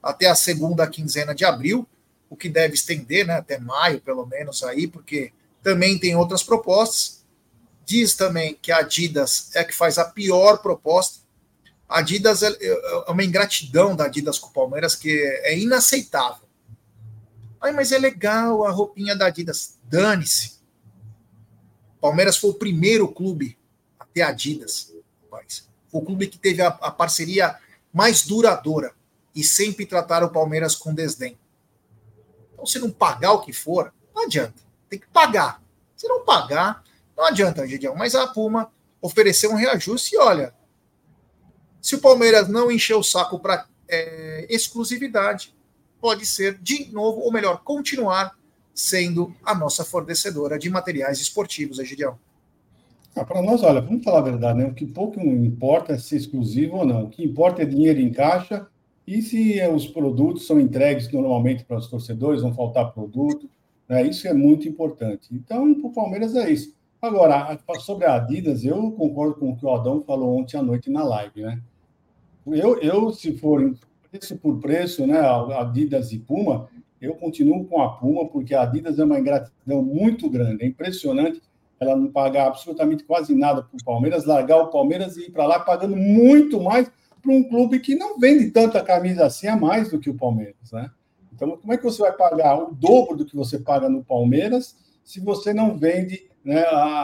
até a segunda quinzena de abril, o que deve estender, né, até maio, pelo menos, aí, porque também tem outras propostas. Diz também que a Adidas é que faz a pior proposta. A Adidas é uma ingratidão da Adidas com o Palmeiras que é inaceitável. Ai, mas é legal a roupinha da Adidas. Dane-se. Palmeiras foi o primeiro clube a ter Adidas no país. Foi o clube que teve a parceria mais duradoura e sempre trataram o Palmeiras com desdém. Então, se não pagar o que for, não adianta. Tem que pagar. Se não pagar, não adianta, Gideão. Mas a Puma ofereceu um reajuste e olha, se o Palmeiras não encher o saco para exclusividade, pode ser de novo, ou melhor, continuar sendo a nossa fornecedora de materiais esportivos, Gideão. Para nós, olha, vamos falar a verdade, né? O que pouco importa é ser exclusivo ou não. O que importa é dinheiro em caixa e se os produtos são entregues normalmente para os torcedores, vão faltar produto, né? Isso é muito importante. Então, para o Palmeiras é isso. Agora, sobre a Adidas, eu concordo com o que o Aldão falou ontem à noite na live, né? Eu se for preço por preço, né, Adidas e Puma, eu continuo com a Puma, porque a Adidas é uma ingratidão muito grande, é impressionante ela não pagar absolutamente quase nada para o Palmeiras, largar o Palmeiras e ir para lá pagando muito mais para um clube que não vende tanta camisa assim a mais do que o Palmeiras, né? Então, como é que você vai pagar o dobro do que você paga no Palmeiras se você não vende, né,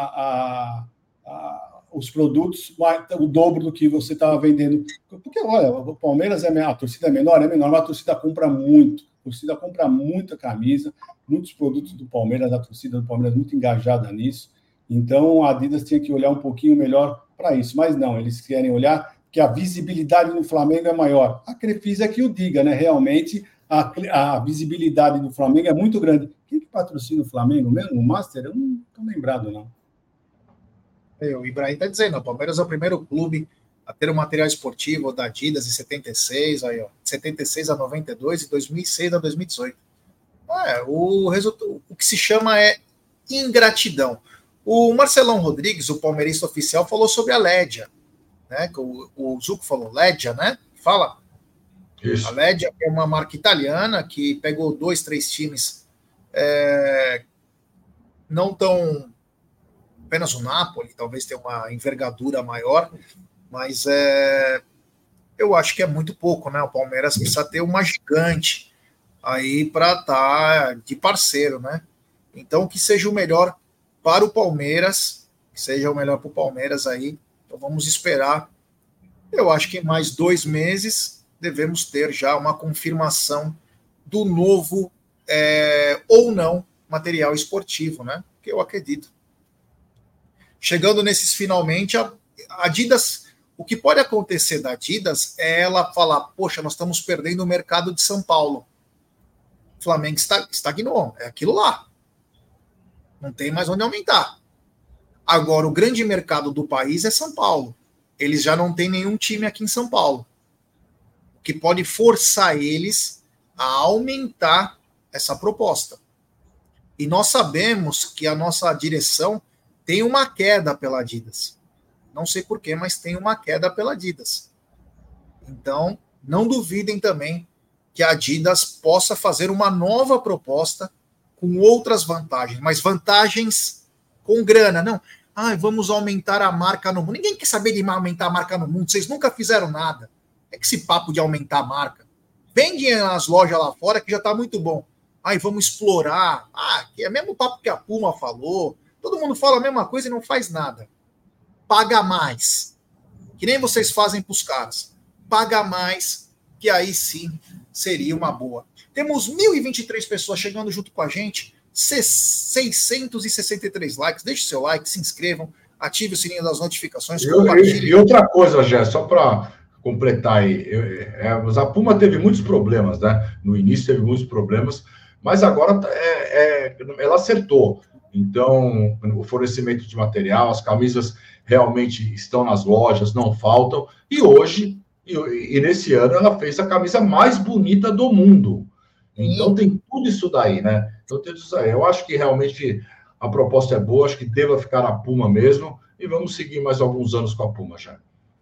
os produtos, o dobro do que você estava vendendo? Porque, olha, o Palmeiras a torcida é menor, mas a torcida compra muito. A torcida compra muita camisa, muitos produtos do Palmeiras, a torcida do Palmeiras é muito engajada nisso. Então, a Adidas tinha que olhar um pouquinho melhor para isso. Mas não, eles querem olhar que a visibilidade no Flamengo é maior. A Crefisa é que o diga, né? Realmente, a visibilidade do Flamengo é muito grande. Quem que patrocina o Flamengo mesmo? O Master? Eu não estou lembrado, não. O Ibrahim está dizendo, o Palmeiras é o primeiro clube a ter um material esportivo da Adidas em 76, aí, ó, 76 a 92 e 2006 a 2018. O que se chama é ingratidão. O Marcelão Rodrigues, o palmeirista oficial, falou sobre a Lédia, né? Que o Zucco falou, Lédia, né? Fala. Isso. A Lédia é uma marca italiana que pegou 2, 3 times não tão... Apenas o Napoli, talvez tenha uma envergadura maior, mas eu acho que é muito pouco, né? O Palmeiras precisa ter uma gigante aí para estar de parceiro, né? Então, que seja o melhor para o Palmeiras, que seja o melhor para o Palmeiras aí. Então, vamos esperar. Eu acho que em mais 2 meses devemos ter já uma confirmação do novo ou não material esportivo, né? Que eu acredito. Chegando nesses finalmente, a Adidas, o que pode acontecer da Adidas é ela falar, poxa, nós estamos perdendo o mercado de São Paulo. O Flamengo estagnou, é aquilo lá. Não tem mais onde aumentar. Agora, o grande mercado do país é São Paulo. Eles já não têm nenhum time aqui em São Paulo. O que pode forçar eles a aumentar essa proposta. E nós sabemos que a nossa direção tem uma queda pela Adidas. Não sei porquê, mas tem uma queda pela Adidas. Então, não duvidem também que a Adidas possa fazer uma nova proposta com outras vantagens, mas vantagens com grana. Não, vamos aumentar a marca no mundo. Ninguém quer saber de aumentar a marca no mundo. Vocês nunca fizeram nada. É que esse papo de aumentar a marca. Vendem nas lojas lá fora que já está muito bom. Vamos explorar. Que é o mesmo papo que a Puma falou. Todo mundo fala a mesma coisa e não faz nada. Paga mais. Que nem vocês fazem para os caras. Paga mais, que aí sim seria uma boa. Temos 1.023 pessoas chegando junto com a gente. 663 likes. Deixe seu like, se inscrevam, ative o sininho das notificações. E outra coisa, Gé, só para completar aí. A Puma teve muitos problemas, né? No início teve muitos problemas, mas agora ela acertou. Então, o fornecimento de material, as camisas realmente estão nas lojas, não faltam. E hoje, e nesse ano, ela fez a camisa mais bonita do mundo. Então, tem tudo isso daí, né? Então, tem isso aí. Eu acho que realmente a proposta é boa, acho que deva ficar na Puma mesmo. E vamos seguir mais alguns anos com a Puma já.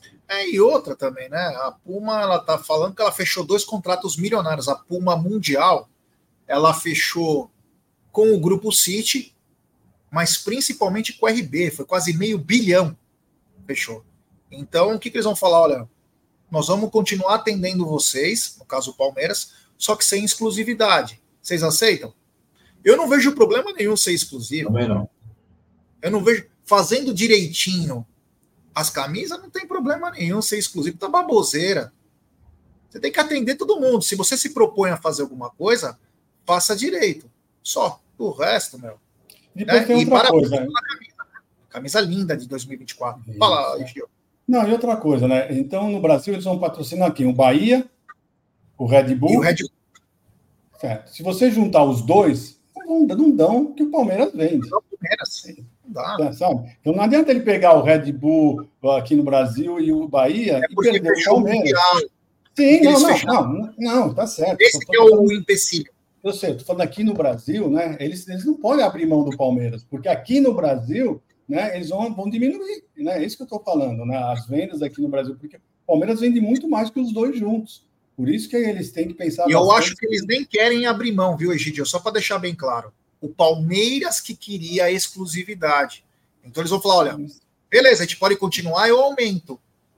E outra também, né? A Puma, ela tá falando que ela fechou 2 contratos milionários. A Puma Mundial, ela fechou com o Grupo City, mas principalmente com o RB, foi quase $500 milhões, fechou. Então, o que eles vão falar? Olha, nós vamos continuar atendendo vocês, no caso o Palmeiras, só que sem exclusividade. Vocês aceitam? Eu não vejo problema nenhum ser exclusivo. Também não. Eu não vejo, fazendo direitinho as camisas, não tem problema nenhum ser exclusivo, tá baboseira. Você tem que atender todo mundo. Se você se propõe a fazer alguma coisa, faça direito. Só. O resto, meu. Depois tem outra coisa. Camisa linda de 2024. Fala, Gil. Não, e outra coisa, né? Então, no Brasil, eles vão patrocinar aqui o Bahia, o Red Bull. E o Red Bull. Certo. Se você juntar os dois, não dão o que o Palmeiras vende. Não, Palmeiras. Não dá. Sabe? Então, não adianta ele pegar o Red Bull aqui no Brasil e o Bahia e perder o Palmeiras. Sim, não, tá certo. Esse que é o empecilho. Eu sei, estou falando aqui no Brasil, né? Eles não podem abrir mão do Palmeiras, porque aqui no Brasil, né, eles vão diminuir, né? É isso que eu estou falando, né? As vendas aqui no Brasil, porque o Palmeiras vende muito mais que os dois juntos. Por isso que eles têm que pensar... E eu acho que eles nem querem abrir mão, viu, Egidio? Só para deixar bem claro. O Palmeiras que queria a exclusividade. Então eles vão falar, olha, beleza, a gente pode continuar, eu aumento.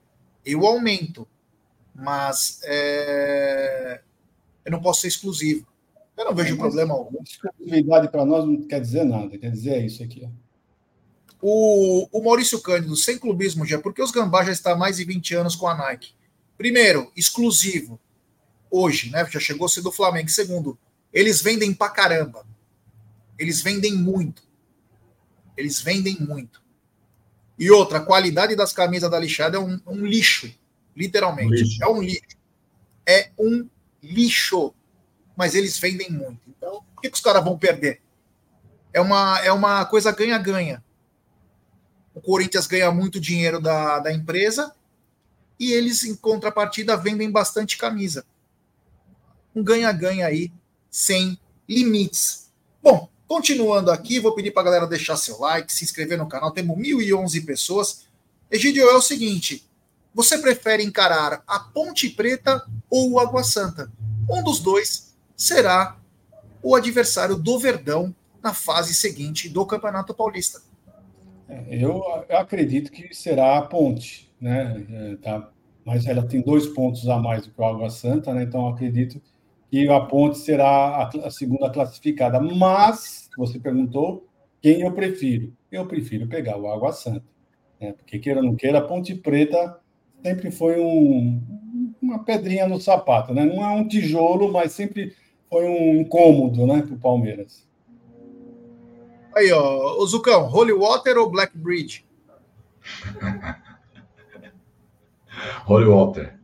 Mas eu não posso ser exclusivo. Eu não vejo problema algum. Exclusividade para nós não quer dizer nada, quer dizer isso aqui. O Maurício Cândido, sem clubismo já, porque os Gambá já está há mais de 20 anos com a Nike. Primeiro, exclusivo. Hoje, né? Já chegou a ser do Flamengo. Segundo, eles vendem pra caramba. Eles vendem muito. E outra, a qualidade das camisas da Lixada é um lixo. Literalmente. É um lixo. Mas eles vendem muito. Então, por que os caras vão perder? É uma coisa ganha-ganha. O Corinthians ganha muito dinheiro da empresa e eles, em contrapartida, vendem bastante camisa. Um ganha-ganha aí, sem limites. Bom, continuando aqui, vou pedir para a galera deixar seu like, se inscrever no canal. Temos 1.011 pessoas. Egidio, é o seguinte, você prefere encarar a Ponte Preta ou o Água Santa? Um dos dois será o adversário do Verdão na fase seguinte do Campeonato Paulista. Eu acredito que será a Ponte, né? Mas ela tem 2 pontos a mais do que o Água Santa, né? Então eu acredito que a Ponte será a segunda classificada. Mas, você perguntou, quem eu prefiro? Eu prefiro pegar o Água Santa, né? Porque queira ou não queira, a Ponte Preta sempre foi uma pedrinha no sapato, né? Não é um tijolo, mas sempre foi um incômodo, né, para o Palmeiras. Aí, ó, o Zucão, Holy Water ou Black Bridge? Holy Water.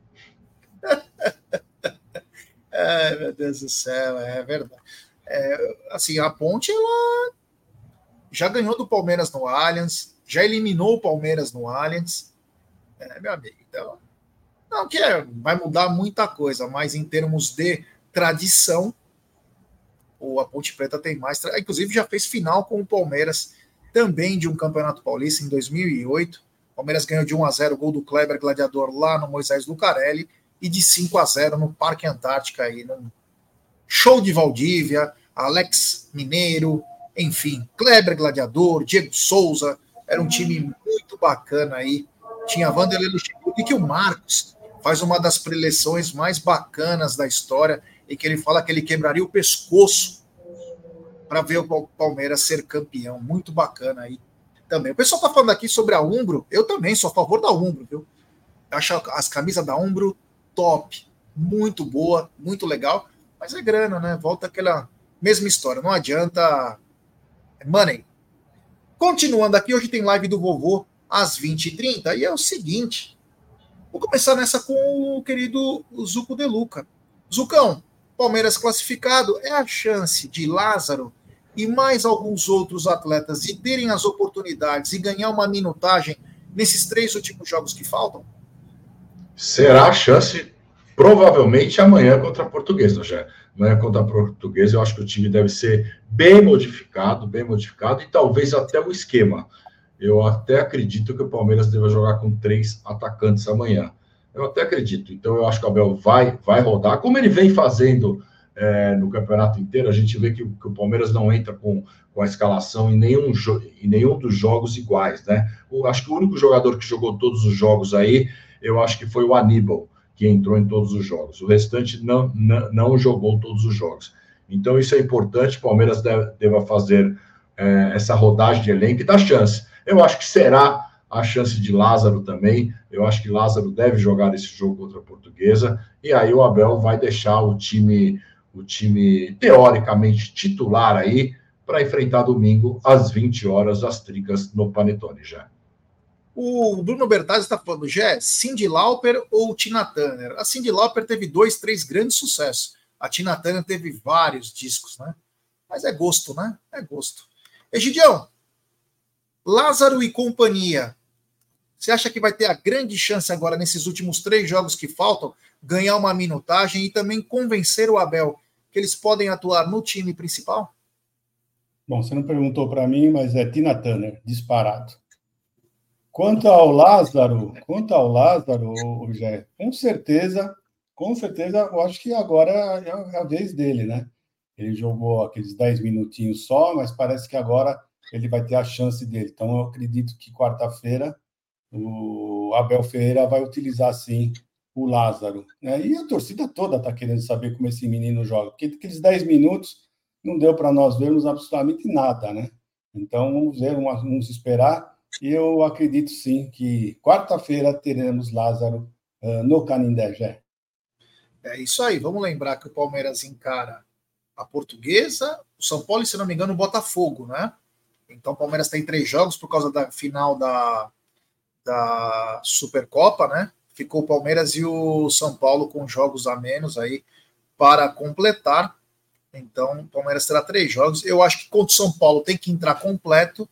Ai, meu Deus do céu, é verdade. Assim, a Ponte, ela já ganhou do Palmeiras no Allianz, já eliminou o Palmeiras no Allianz. Meu amigo, então, não que vai mudar muita coisa, mas em termos de tradição, a Ponte Preta tem mais. Inclusive, já fez final com o Palmeiras, também de um Campeonato Paulista, em 2008. O Palmeiras ganhou de 1-0, gol do Kleber Gladiador lá no Moisés Lucarelli, e de 5-0 no Parque Antártica, aí, num show de Valdívia, Alex Mineiro, enfim, Kleber Gladiador, Diego Souza. Era um time muito bacana aí. Tinha Vanderlei Luxemburgo, e que o Marcos faz uma das preleções mais bacanas da história, e que ele fala que ele quebraria o pescoço para ver o Palmeiras ser campeão. Muito bacana aí também. O pessoal está falando aqui sobre a Umbro. Eu também sou a favor da Umbro, viu? Eu acho as camisas da Umbro top. Muito boa, muito legal. Mas é grana, né? Volta aquela mesma história. Não adianta. Money. Continuando aqui, hoje tem live do Vovô às 20h30. E é o seguinte. Vou começar nessa com o querido Zuco De Luca. Zucão, Palmeiras classificado, é a chance de Lázaro e mais alguns outros atletas de terem as oportunidades e ganhar uma minutagem nesses 3 últimos jogos que faltam? Será a chance, provavelmente, amanhã contra a Portuguesa, já. Amanhã contra a Portuguesa, eu acho que o time deve ser bem modificado, e talvez até o esquema. eu até acredito que o Palmeiras deva jogar com 3 atacantes amanhã. Eu até acredito. Então, eu acho que o Abel vai rodar, como ele vem fazendo no campeonato inteiro. A gente vê que o Palmeiras não entra com a escalação em nenhum dos jogos iguais, né? Acho que o único jogador que jogou todos os jogos aí, eu acho que foi o Aníbal, que entrou em todos os jogos. O restante não jogou todos os jogos. Então, isso é importante. O Palmeiras deva fazer essa rodagem de elenco e dar chance. Eu acho que será a chance de Lázaro também. Eu acho que Lázaro deve jogar esse jogo contra a Portuguesa. E aí o Abel vai deixar o time teoricamente titular aí para enfrentar domingo às 20 horas as Tricas no Panetone já. O Bruno Bertazzi está falando, Cyndi Lauper ou Tina Turner? A Cyndi Lauper teve 2, 3 grandes sucessos. A Tina Turner teve vários discos, né? Mas é gosto, né? É gosto. Egidião, Lázaro e companhia, você acha que vai ter a grande chance agora, nesses últimos 3 jogos que faltam, ganhar uma minutagem e também convencer o Abel que eles podem atuar no time principal? Bom, você não perguntou para mim, mas é Tina Turner, disparado. Quanto ao Lázaro, Jé, com certeza, eu acho que agora é a vez dele, né? Ele jogou aqueles 10 minutinhos só, mas parece que agora ele vai ter a chance dele. Então, eu acredito que quarta-feira o Abel Ferreira vai utilizar, sim, o Lázaro, né? E a torcida toda está querendo saber como esse menino joga, porque aqueles 10 minutos não deu para nós vermos absolutamente nada, né? Então, vamos esperar. E eu acredito, sim, que quarta-feira teremos Lázaro no Canindé, Jé. É isso aí. Vamos lembrar que o Palmeiras encara a Portuguesa, o São Paulo e, se não me engano, o Botafogo, né? Então, o Palmeiras tem 3 jogos por causa da final da Supercopa, né? Ficou o Palmeiras e o São Paulo com jogos a menos aí para completar. Então, o Palmeiras terá 3 jogos. Eu acho que contra o São Paulo tem que entrar completo.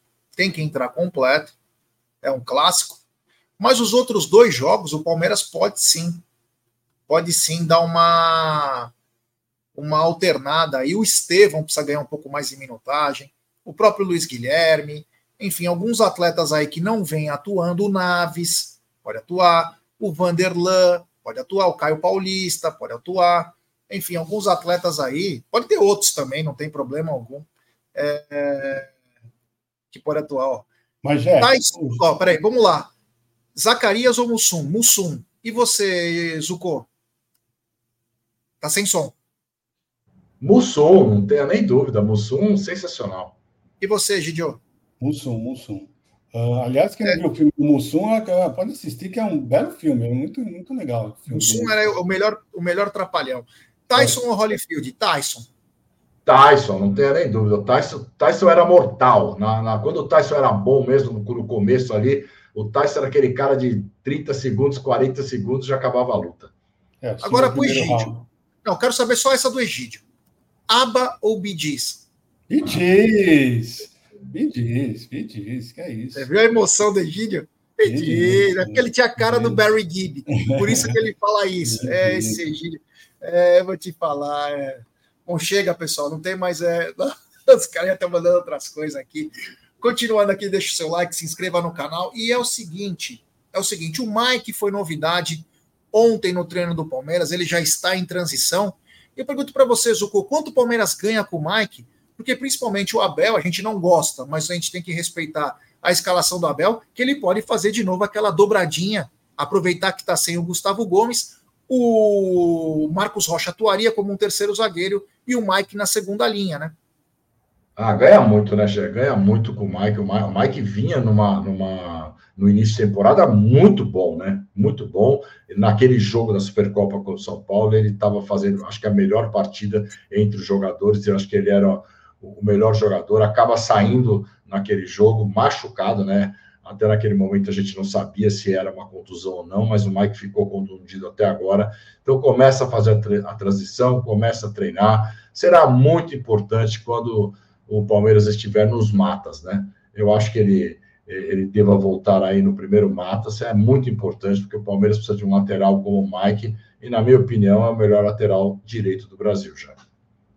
É um clássico. Mas os outros 2 jogos, o Palmeiras pode sim dar uma alternada. E o Estevão precisa ganhar um pouco mais de minutagem. O próprio Luiz Guilherme. Enfim, alguns atletas aí que não vêm atuando. O Naves pode atuar. O Vanderlan pode atuar. O Caio Paulista pode atuar. Enfim, alguns atletas aí. Pode ter outros também, não tem problema algum. Que pode atuar, ó. Mas peraí, vamos lá. Zacarias ou Mussum? Mussum. E você, Zucco? Tá sem som. Mussum, não tenha nem dúvida. Mussum, sensacional. E você, Gidio? Mussum. Aliás, quem não viu o filme do Mussum, pode assistir, que é um belo filme. É muito, muito legal. Mussum era o melhor trapalhão. Tyson ou Holyfield? Tyson, não tenha nem dúvida. Tyson era mortal. Quando o Tyson era bom mesmo, no começo ali, o Tyson era aquele cara de 30 segundos, 40 segundos, já acabava a luta. Agora pro Egídio. Não, quero saber só essa do Egídio. ABBA ou Bee Gees? Bee Gees, que é isso? Você viu a emoção do Egídio? Bee Gees, porque ele tinha a cara do Barry Gibb. Por isso que ele fala isso. Esse Egídio. Vou te falar. Bom, chega, pessoal, não tem mais... Os caras já estão mandando outras coisas aqui. Continuando aqui, deixa o seu like, se inscreva no canal. E é o seguinte, o Mike foi novidade ontem no treino do Palmeiras, ele já está em transição. E eu pergunto para você, Zucco, quanto o Palmeiras ganha com o Mike? Porque principalmente o Abel, a gente não gosta, mas a gente tem que respeitar a escalação do Abel, que ele pode fazer de novo aquela dobradinha, aproveitar que está sem o Gustavo Gomes, o Marcos Rocha atuaria como um terceiro zagueiro e o Mike na segunda linha, né? Ganha muito, né, Gê? Ganha muito com o Mike. O Mike vinha no início de temporada muito bom, né? Muito bom. Naquele jogo da Supercopa com o São Paulo, ele estava fazendo, acho que a melhor partida entre os jogadores. Eu acho que ele era o melhor jogador. Acaba saindo naquele jogo machucado, né? Até naquele momento a gente não sabia se era uma contusão ou não, mas o Mike ficou contundido até agora. Então começa a fazer a transição, começa a treinar. Será muito importante quando o Palmeiras estiver nos matas, né? Eu acho que ele deva voltar aí no primeiro mata. Isso é muito importante, porque o Palmeiras precisa de um lateral como o Mike, e na minha opinião é o melhor lateral direito do Brasil já.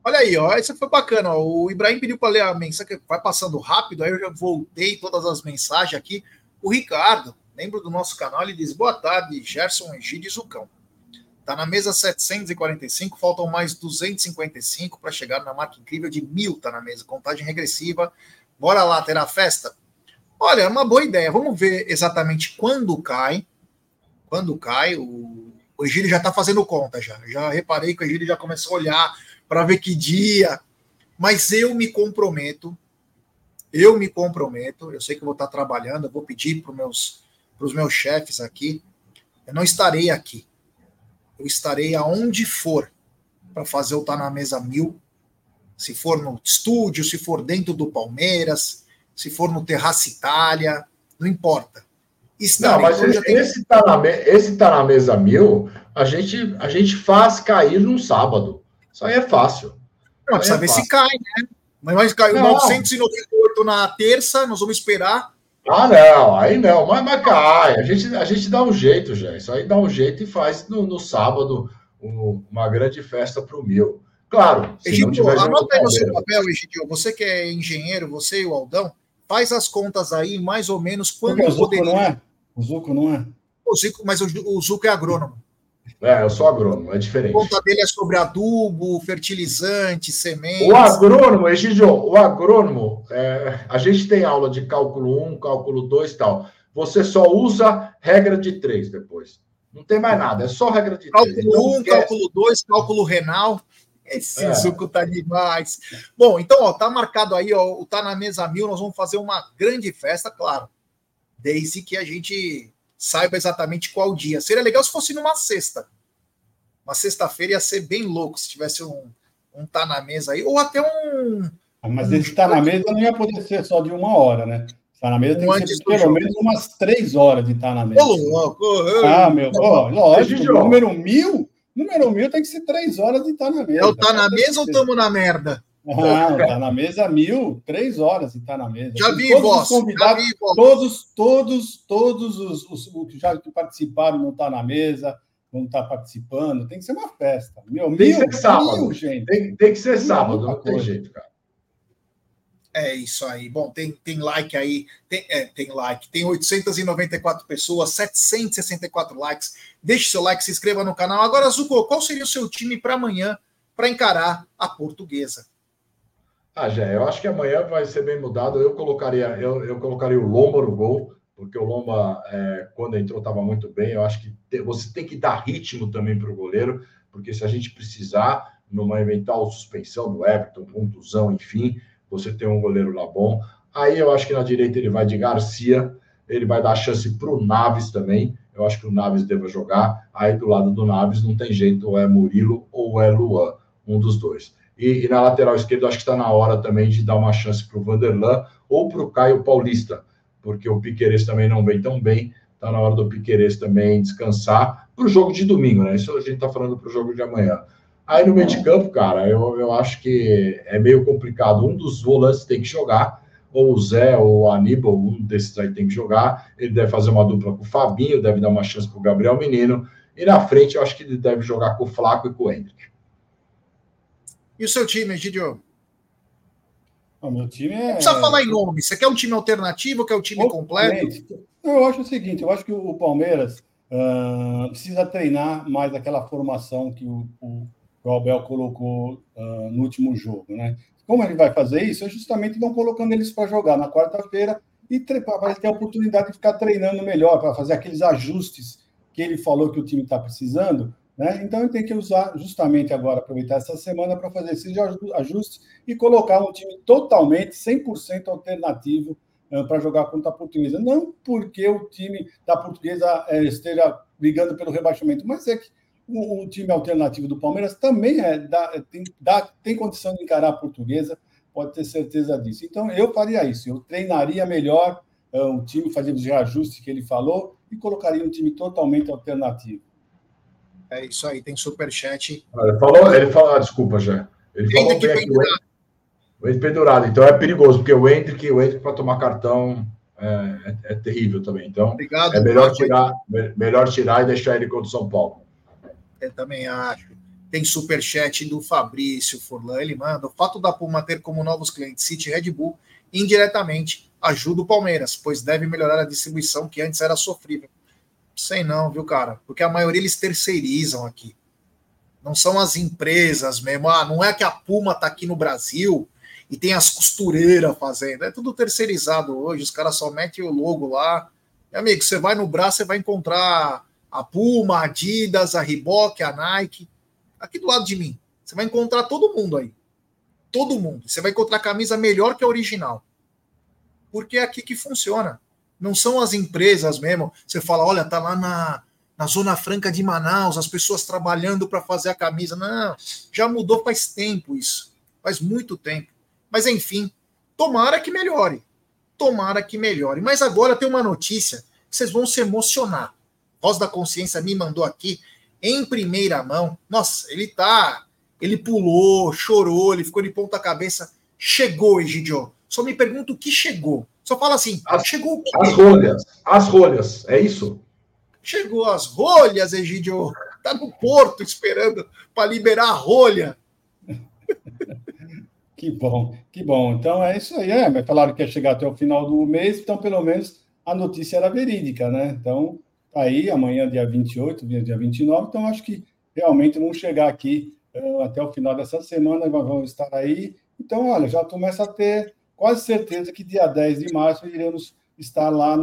Olha aí, ó, isso foi bacana. Ó. O Ibrahim pediu para ler a mensagem, que vai passando rápido, aí eu já voltei todas as mensagens aqui. O Ricardo, membro do nosso canal, ele diz: boa tarde, Gerson, Egídio e Zucão. Tá na mesa 745, faltam mais 255 para chegar na marca incrível de 1000, tá na mesa, contagem regressiva. Bora lá, ter a festa? Olha, é uma boa ideia. Vamos ver exatamente quando cai. Quando cai, o Egídio já tá fazendo conta, já reparei que o Egídio já começou a olhar para ver que dia, mas eu me comprometo, eu sei que eu vou estar trabalhando, eu vou pedir para os meus chefes aqui, eu não estarei aqui, eu estarei aonde for para fazer o Tá na Mesa 1000, se for no estúdio, se for dentro do Palmeiras, se for no Terraço Itália, não importa. Estarei, não, mas esse tá na Mesa 1000, a gente faz cair num sábado. Isso aí é fácil. Não, precisa ver se cai, né? Mas caiu 998 na terça, nós vamos esperar. Ah, não, aí não, mas cai. A gente dá um jeito, já. Isso aí dá um jeito e faz no sábado uma grande festa para o 1000. Claro, se Egidio, não tiver anota aí no seu papel, Egidio, você que é engenheiro, você e o Aldão, faz as contas aí, mais ou menos, quando o Zuco não é? O Zuco não é? Mas o Zuco é agrônomo. Eu sou agrônomo, é diferente. A conta dele é sobre adubo, fertilizante, sementes. O agrônomo, Egidio, a gente tem aula de cálculo 1, cálculo 2 e tal. Você só usa regra de 3 depois. Não tem mais nada, é só regra de 3. Cálculo 1, cálculo 2, cálculo renal. Esse Zuco tá demais. Bom, então, ó, tá marcado aí, ó, o Tá na Mesa 1000, nós vamos fazer uma grande festa, claro, desde que a gente saiba exatamente qual dia. Seria legal se fosse numa sexta. Uma sexta-feira ia ser bem louco se tivesse um Tá na Mesa aí, ou até um... Mas esse Tá na Mesa não ia poder ser só de 1 hora, né? Tá na Mesa tem que ser pelo menos umas 3 horas de Tá na Mesa. Lógico, número 1000 tem que ser 3 horas de Tá na Mesa. É o Tá na Mesa ou estamos na merda? Não, Tá na Mesa 1000, 3 horas de Tá na Mesa. Já vi, voz. Todos os que já participaram não Tá na Mesa, não tá participando, tem que ser uma festa. Tem que ser sábado, gente. Tem que ser sábado, não tem jeito, cara. É isso aí. Bom, tem like aí, tem like. Tem 894 pessoas, 764 likes. Deixe seu like, se inscreva no canal. Agora, Zuco, qual seria o seu time para amanhã para encarar a Portuguesa? Eu acho que amanhã vai ser bem mudado. Eu colocaria o Lomba no gol, porque o Lomba, quando entrou, estava muito bem. Eu acho que você tem que dar ritmo também para o goleiro, porque se a gente precisar, numa eventual suspensão do Everton, contusão, enfim, você tem um goleiro lá bom. Aí eu acho que na direita ele vai de Garcia, ele vai dar chance para o Naves também. Eu acho que o Naves deva jogar. Aí do lado do Naves não tem jeito, ou é Murilo ou é Luan, um dos dois. E na lateral esquerda, acho que está na hora também de dar uma chance para o Vanderlan ou para o Caio Paulista, porque o Piquerez também não vem tão bem. Está na hora do Piquerez também descansar para o jogo de domingo, né? Isso a gente está falando para o jogo de amanhã. Aí no meio de campo, cara, eu acho que é meio complicado. Um dos volantes tem que jogar, ou o Zé ou o Aníbal, um desses aí tem que jogar. Ele deve fazer uma dupla com o Fabinho, deve dar uma chance para o Gabriel Menino. E na frente, eu acho que ele deve jogar com o Flaco e com o Hendrick. E o seu time, Egidio? O meu time é... Não precisa falar em nome. Você quer um time alternativo ou quer um time completo? Eu acho o seguinte, eu acho que o Palmeiras precisa treinar mais aquela formação que o Abel colocou no último jogo, né? Como ele vai fazer isso? É justamente não colocando eles para jogar na quarta-feira e vai ter a oportunidade de ficar treinando melhor, para fazer aqueles ajustes que ele falou que o time está precisando, né? Então ele tem que usar justamente agora, aproveitar essa semana para fazer esses ajustes e colocar um time totalmente, 100% alternativo para jogar contra a Portuguesa. Não porque o time da Portuguesa esteja brigando pelo rebaixamento, mas é que o time alternativo do Palmeiras também tem condição de encarar a Portuguesa, pode ter certeza disso. Então, eu faria isso. Eu treinaria melhor o time, fazendo os ajustes que ele falou e colocaria um time totalmente alternativo. É isso aí, tem superchat. Ele falou, desculpa, já. Ele falou bem aqui, o Hendrick pendurado. Então, é perigoso, porque o Hendrick para tomar cartão é terrível também. Então, obrigado, é melhor tirar e deixar ele contra o São Paulo. Eu também acho. Tem superchat do Fabrício Furlan, ele manda: o fato da Puma ter como novos clientes City e Red Bull indiretamente ajuda o Palmeiras, pois deve melhorar a distribuição que antes era sofrível. Sei não, viu, cara? Porque a maioria eles terceirizam aqui. Não são as empresas mesmo. Não é que a Puma tá aqui no Brasil e tem as costureiras fazendo. É tudo terceirizado hoje. Os caras só metem o logo lá. Meu amigo, você vai no braço, você vai encontrar a Puma, a Adidas, a Reebok, a Nike. Aqui do lado de mim. Você vai encontrar todo mundo aí. Todo mundo. Você vai encontrar camisa melhor que a original. Porque é aqui que funciona. Não são as empresas mesmo. Você fala, olha, tá lá na Zona Franca de Manaus, as pessoas trabalhando para fazer a camisa. Não, já mudou faz tempo isso. Faz muito tempo. Mas, enfim, tomara que melhore. Tomara que melhore. Mas agora tem uma notícia que vocês vão se emocionar. Voz da Consciência me mandou aqui em primeira mão. Nossa, ele pulou, chorou, ele ficou de ponta cabeça. Chegou, Egidio. Só me pergunta o que chegou. Só fala assim, chegou o quê? As rolhas, é isso? Chegou as rolhas, Egidio. Tá no porto esperando para liberar a rolha. Que bom, que bom. Então é isso aí. Mas falaram que ia chegar até o final do mês, então pelo menos a notícia era verídica, né? Então, tá aí, amanhã, dia 28, dia 29, então acho que realmente vamos chegar aqui até o final dessa semana, vamos estar aí. Então, olha, já começa a ter quase certeza que dia 10 de março iremos estar lá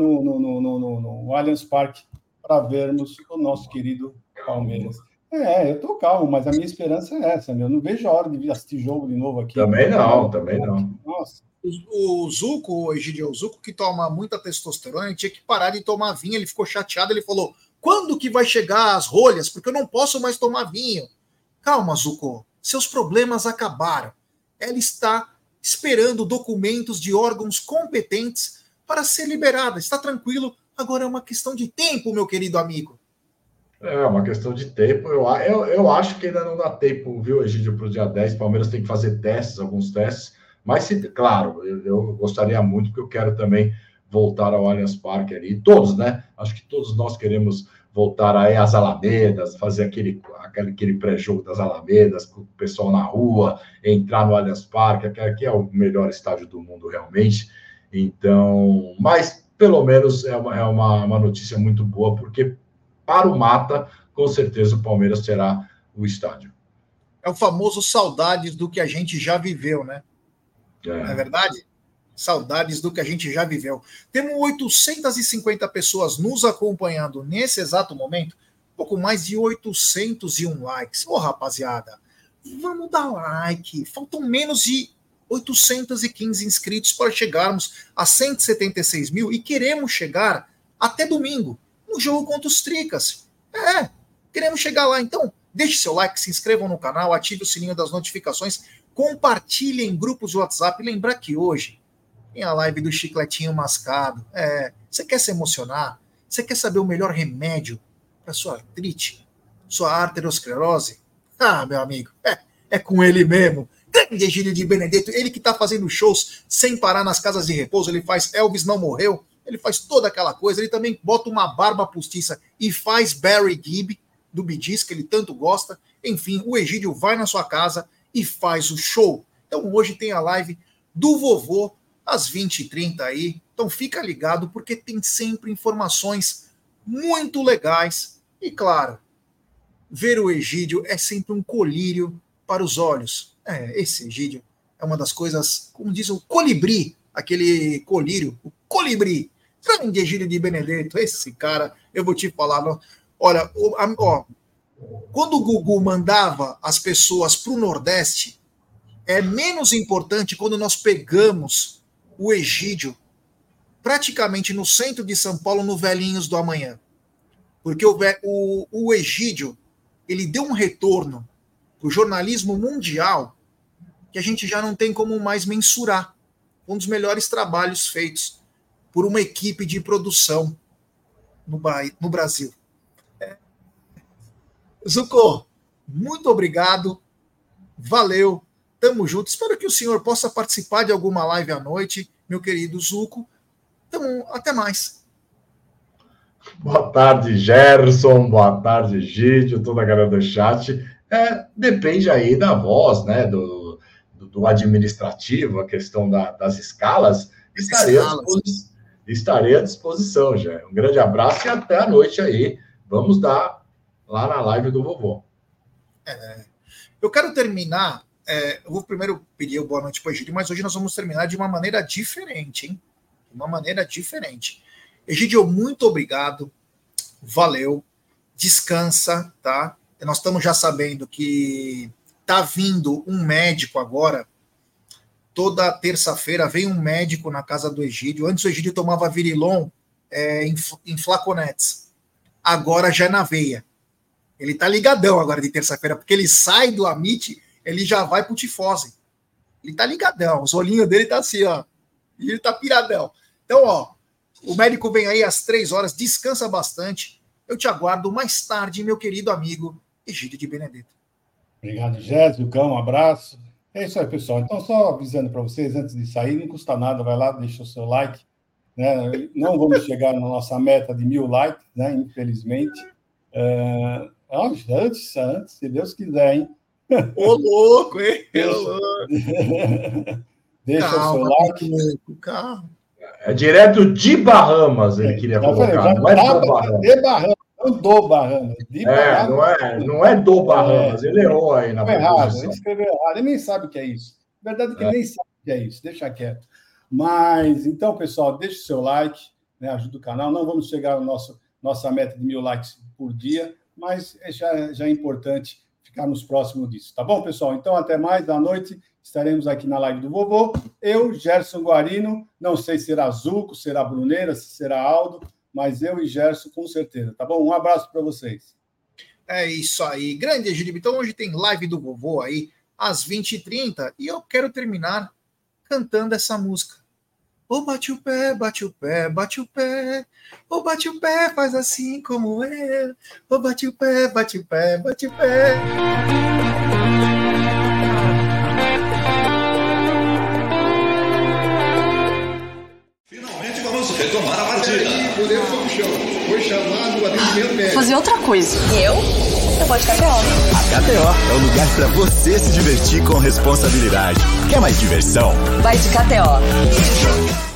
no Allianz Parque para vermos o nosso querido Palmeiras. Eu estou calmo, mas a minha esperança é essa, meu. Não vejo a hora de assistir jogo de novo aqui. Também não. Nossa. O Zuco, Egidio, o Zuco que toma muita testosterona, ele tinha que parar de tomar vinho, ele ficou chateado, ele falou, quando que vai chegar as rolhas? Porque eu não posso mais tomar vinho. Calma, Zuco, seus problemas acabaram. Ela está esperando documentos de órgãos competentes para ser liberada. Está tranquilo? Agora é uma questão de tempo, meu querido amigo. É uma questão de tempo. Eu acho que ainda não dá tempo, viu, Egidio, para o dia 10. O Palmeiras tem que fazer alguns testes. Mas, claro, eu gostaria muito, porque eu quero também voltar ao Allianz Parque ali. Todos, né? Acho que todos nós queremos voltar aí às Alamedas, fazer aquele pré-jogo das Alamedas, com o pessoal na rua, entrar no Allianz Parque, que aqui é o melhor estádio do mundo, realmente. Então, mas, pelo menos, é uma notícia muito boa, porque para o Mata, com certeza o Palmeiras terá o estádio. É o famoso saudades do que a gente já viveu, né? Não é verdade? Saudades do que a gente já viveu. Temos 850 pessoas nos acompanhando nesse exato momento, pouco mais de 801 likes. Ô, rapaziada, vamos dar like. Faltam menos de 815 inscritos para chegarmos a 176 mil e queremos chegar até domingo, no jogo contra os Tricas. Queremos chegar lá. Então, deixe seu like, se inscrevam no canal, ative o sininho das notificações, compartilhem em grupos de WhatsApp. Lembrar que hoje tem a live do chicletinho mascado. Você quer se emocionar? Você quer saber o melhor remédio para sua artrite, sua arteriosclerose? Meu amigo, é com ele mesmo. Grande Egídio de Benedetto, ele que está fazendo shows sem parar nas casas de repouso. Ele faz Elvis Não Morreu, ele faz toda aquela coisa. Ele também bota uma barba postiça e faz Barry Gibb, do Bee Gees, que ele tanto gosta. Enfim, o Egídio vai na sua casa e faz o show. Então hoje tem a live do vovô às 20h30 aí. Então fica ligado, porque tem sempre informações muito legais. E claro, ver o Egídio é sempre um colírio para os olhos. Esse Egídio é uma das coisas, como diz o colibri, aquele colírio, o colibri. Grande Egídio de Benedetto, esse cara, eu vou te falar. Olha, quando o Gugu mandava as pessoas para o Nordeste, é menos importante quando nós pegamos o Egídio praticamente no centro de São Paulo, no Velhinhos do Amanhã. Porque o Egídio, ele deu um retorno para o jornalismo mundial que a gente já não tem como mais mensurar. Um dos melhores trabalhos feitos por uma equipe de produção no Brasil. Zucco, muito obrigado. Valeu. Tamo junto. Espero que o senhor possa participar de alguma live à noite, meu querido Zucco. Então, até mais. Boa tarde, Gerson. Boa tarde, Egídio, toda a galera do chat. Depende aí da voz, né, do administrativo, a questão das escalas, estarei à disposição, já. Um grande abraço e até a noite aí. Vamos dar lá na live do vovô. Eu quero terminar, eu vou primeiro pedir boa noite para o Egídio, mas hoje nós vamos terminar de uma maneira diferente, hein? De uma maneira diferente. Egídio, muito obrigado, valeu, descansa, tá? Nós estamos já sabendo que tá vindo um médico agora, toda terça-feira vem um médico na casa do Egídio. Antes o Egídio tomava Virilon em flaconetes, agora já é na veia. Ele tá ligadão agora de terça-feira, porque ele sai do Amit, ele já vai pro tifose. Ele tá ligadão, os olhinhos dele tá assim, ó, e ele tá piradão. Então, ó, o médico vem aí às 3 horas, descansa bastante. Eu te aguardo mais tarde, meu querido amigo Egídio de Benedetto. Obrigado, Jéssica. Um abraço. É isso aí, pessoal. Então, só avisando para vocês, antes de sair, não custa nada, vai lá, deixa o seu like. Né? Não vamos chegar na nossa meta de 1000 likes, né? Infelizmente. Antes, se Deus quiser, hein? Ô, louco, hein? Deixa o seu like. Calma. É direto de Bahamas, ele queria colocar. Não é do Bahamas. De Bahamas, não do Bahamas. Não é do Bahamas. Ele errou aí na errado. Ele escreveu errado. Ele nem sabe o que é isso. Na verdade, que ele nem sabe o que é isso. Deixa quieto. Mas, então, pessoal, deixa o seu like, né, ajuda o canal. Não vamos chegar à nossa meta de 1000 likes por dia, mas já é importante ficarmos próximos disso. Tá bom, pessoal? Então, até mais. À noite estaremos aqui na live do vovô. Eu, Gerson Guarino, não sei se será Zuco, será Bruneira, se será Aldo, mas eu e Gerson com certeza, tá bom? Um abraço para vocês. É isso aí. Grande Egídio. Então, hoje tem live do vovô aí, às 20h30, e eu quero terminar cantando essa música. Ô, bate o pé, bate o pé, bate o pé. Ô, bate o pé, faz assim como eu. Ô, bate o pé, bate o pé, bate o pé. Finalmente vamos retomar a partida. Goleiro foi pro chão. Foi chamado o atendimento médico. Fazer outra coisa. Eu vou de KTO. A KTO é o lugar para você se divertir com responsabilidade. Quer mais diversão? Vai de KTO.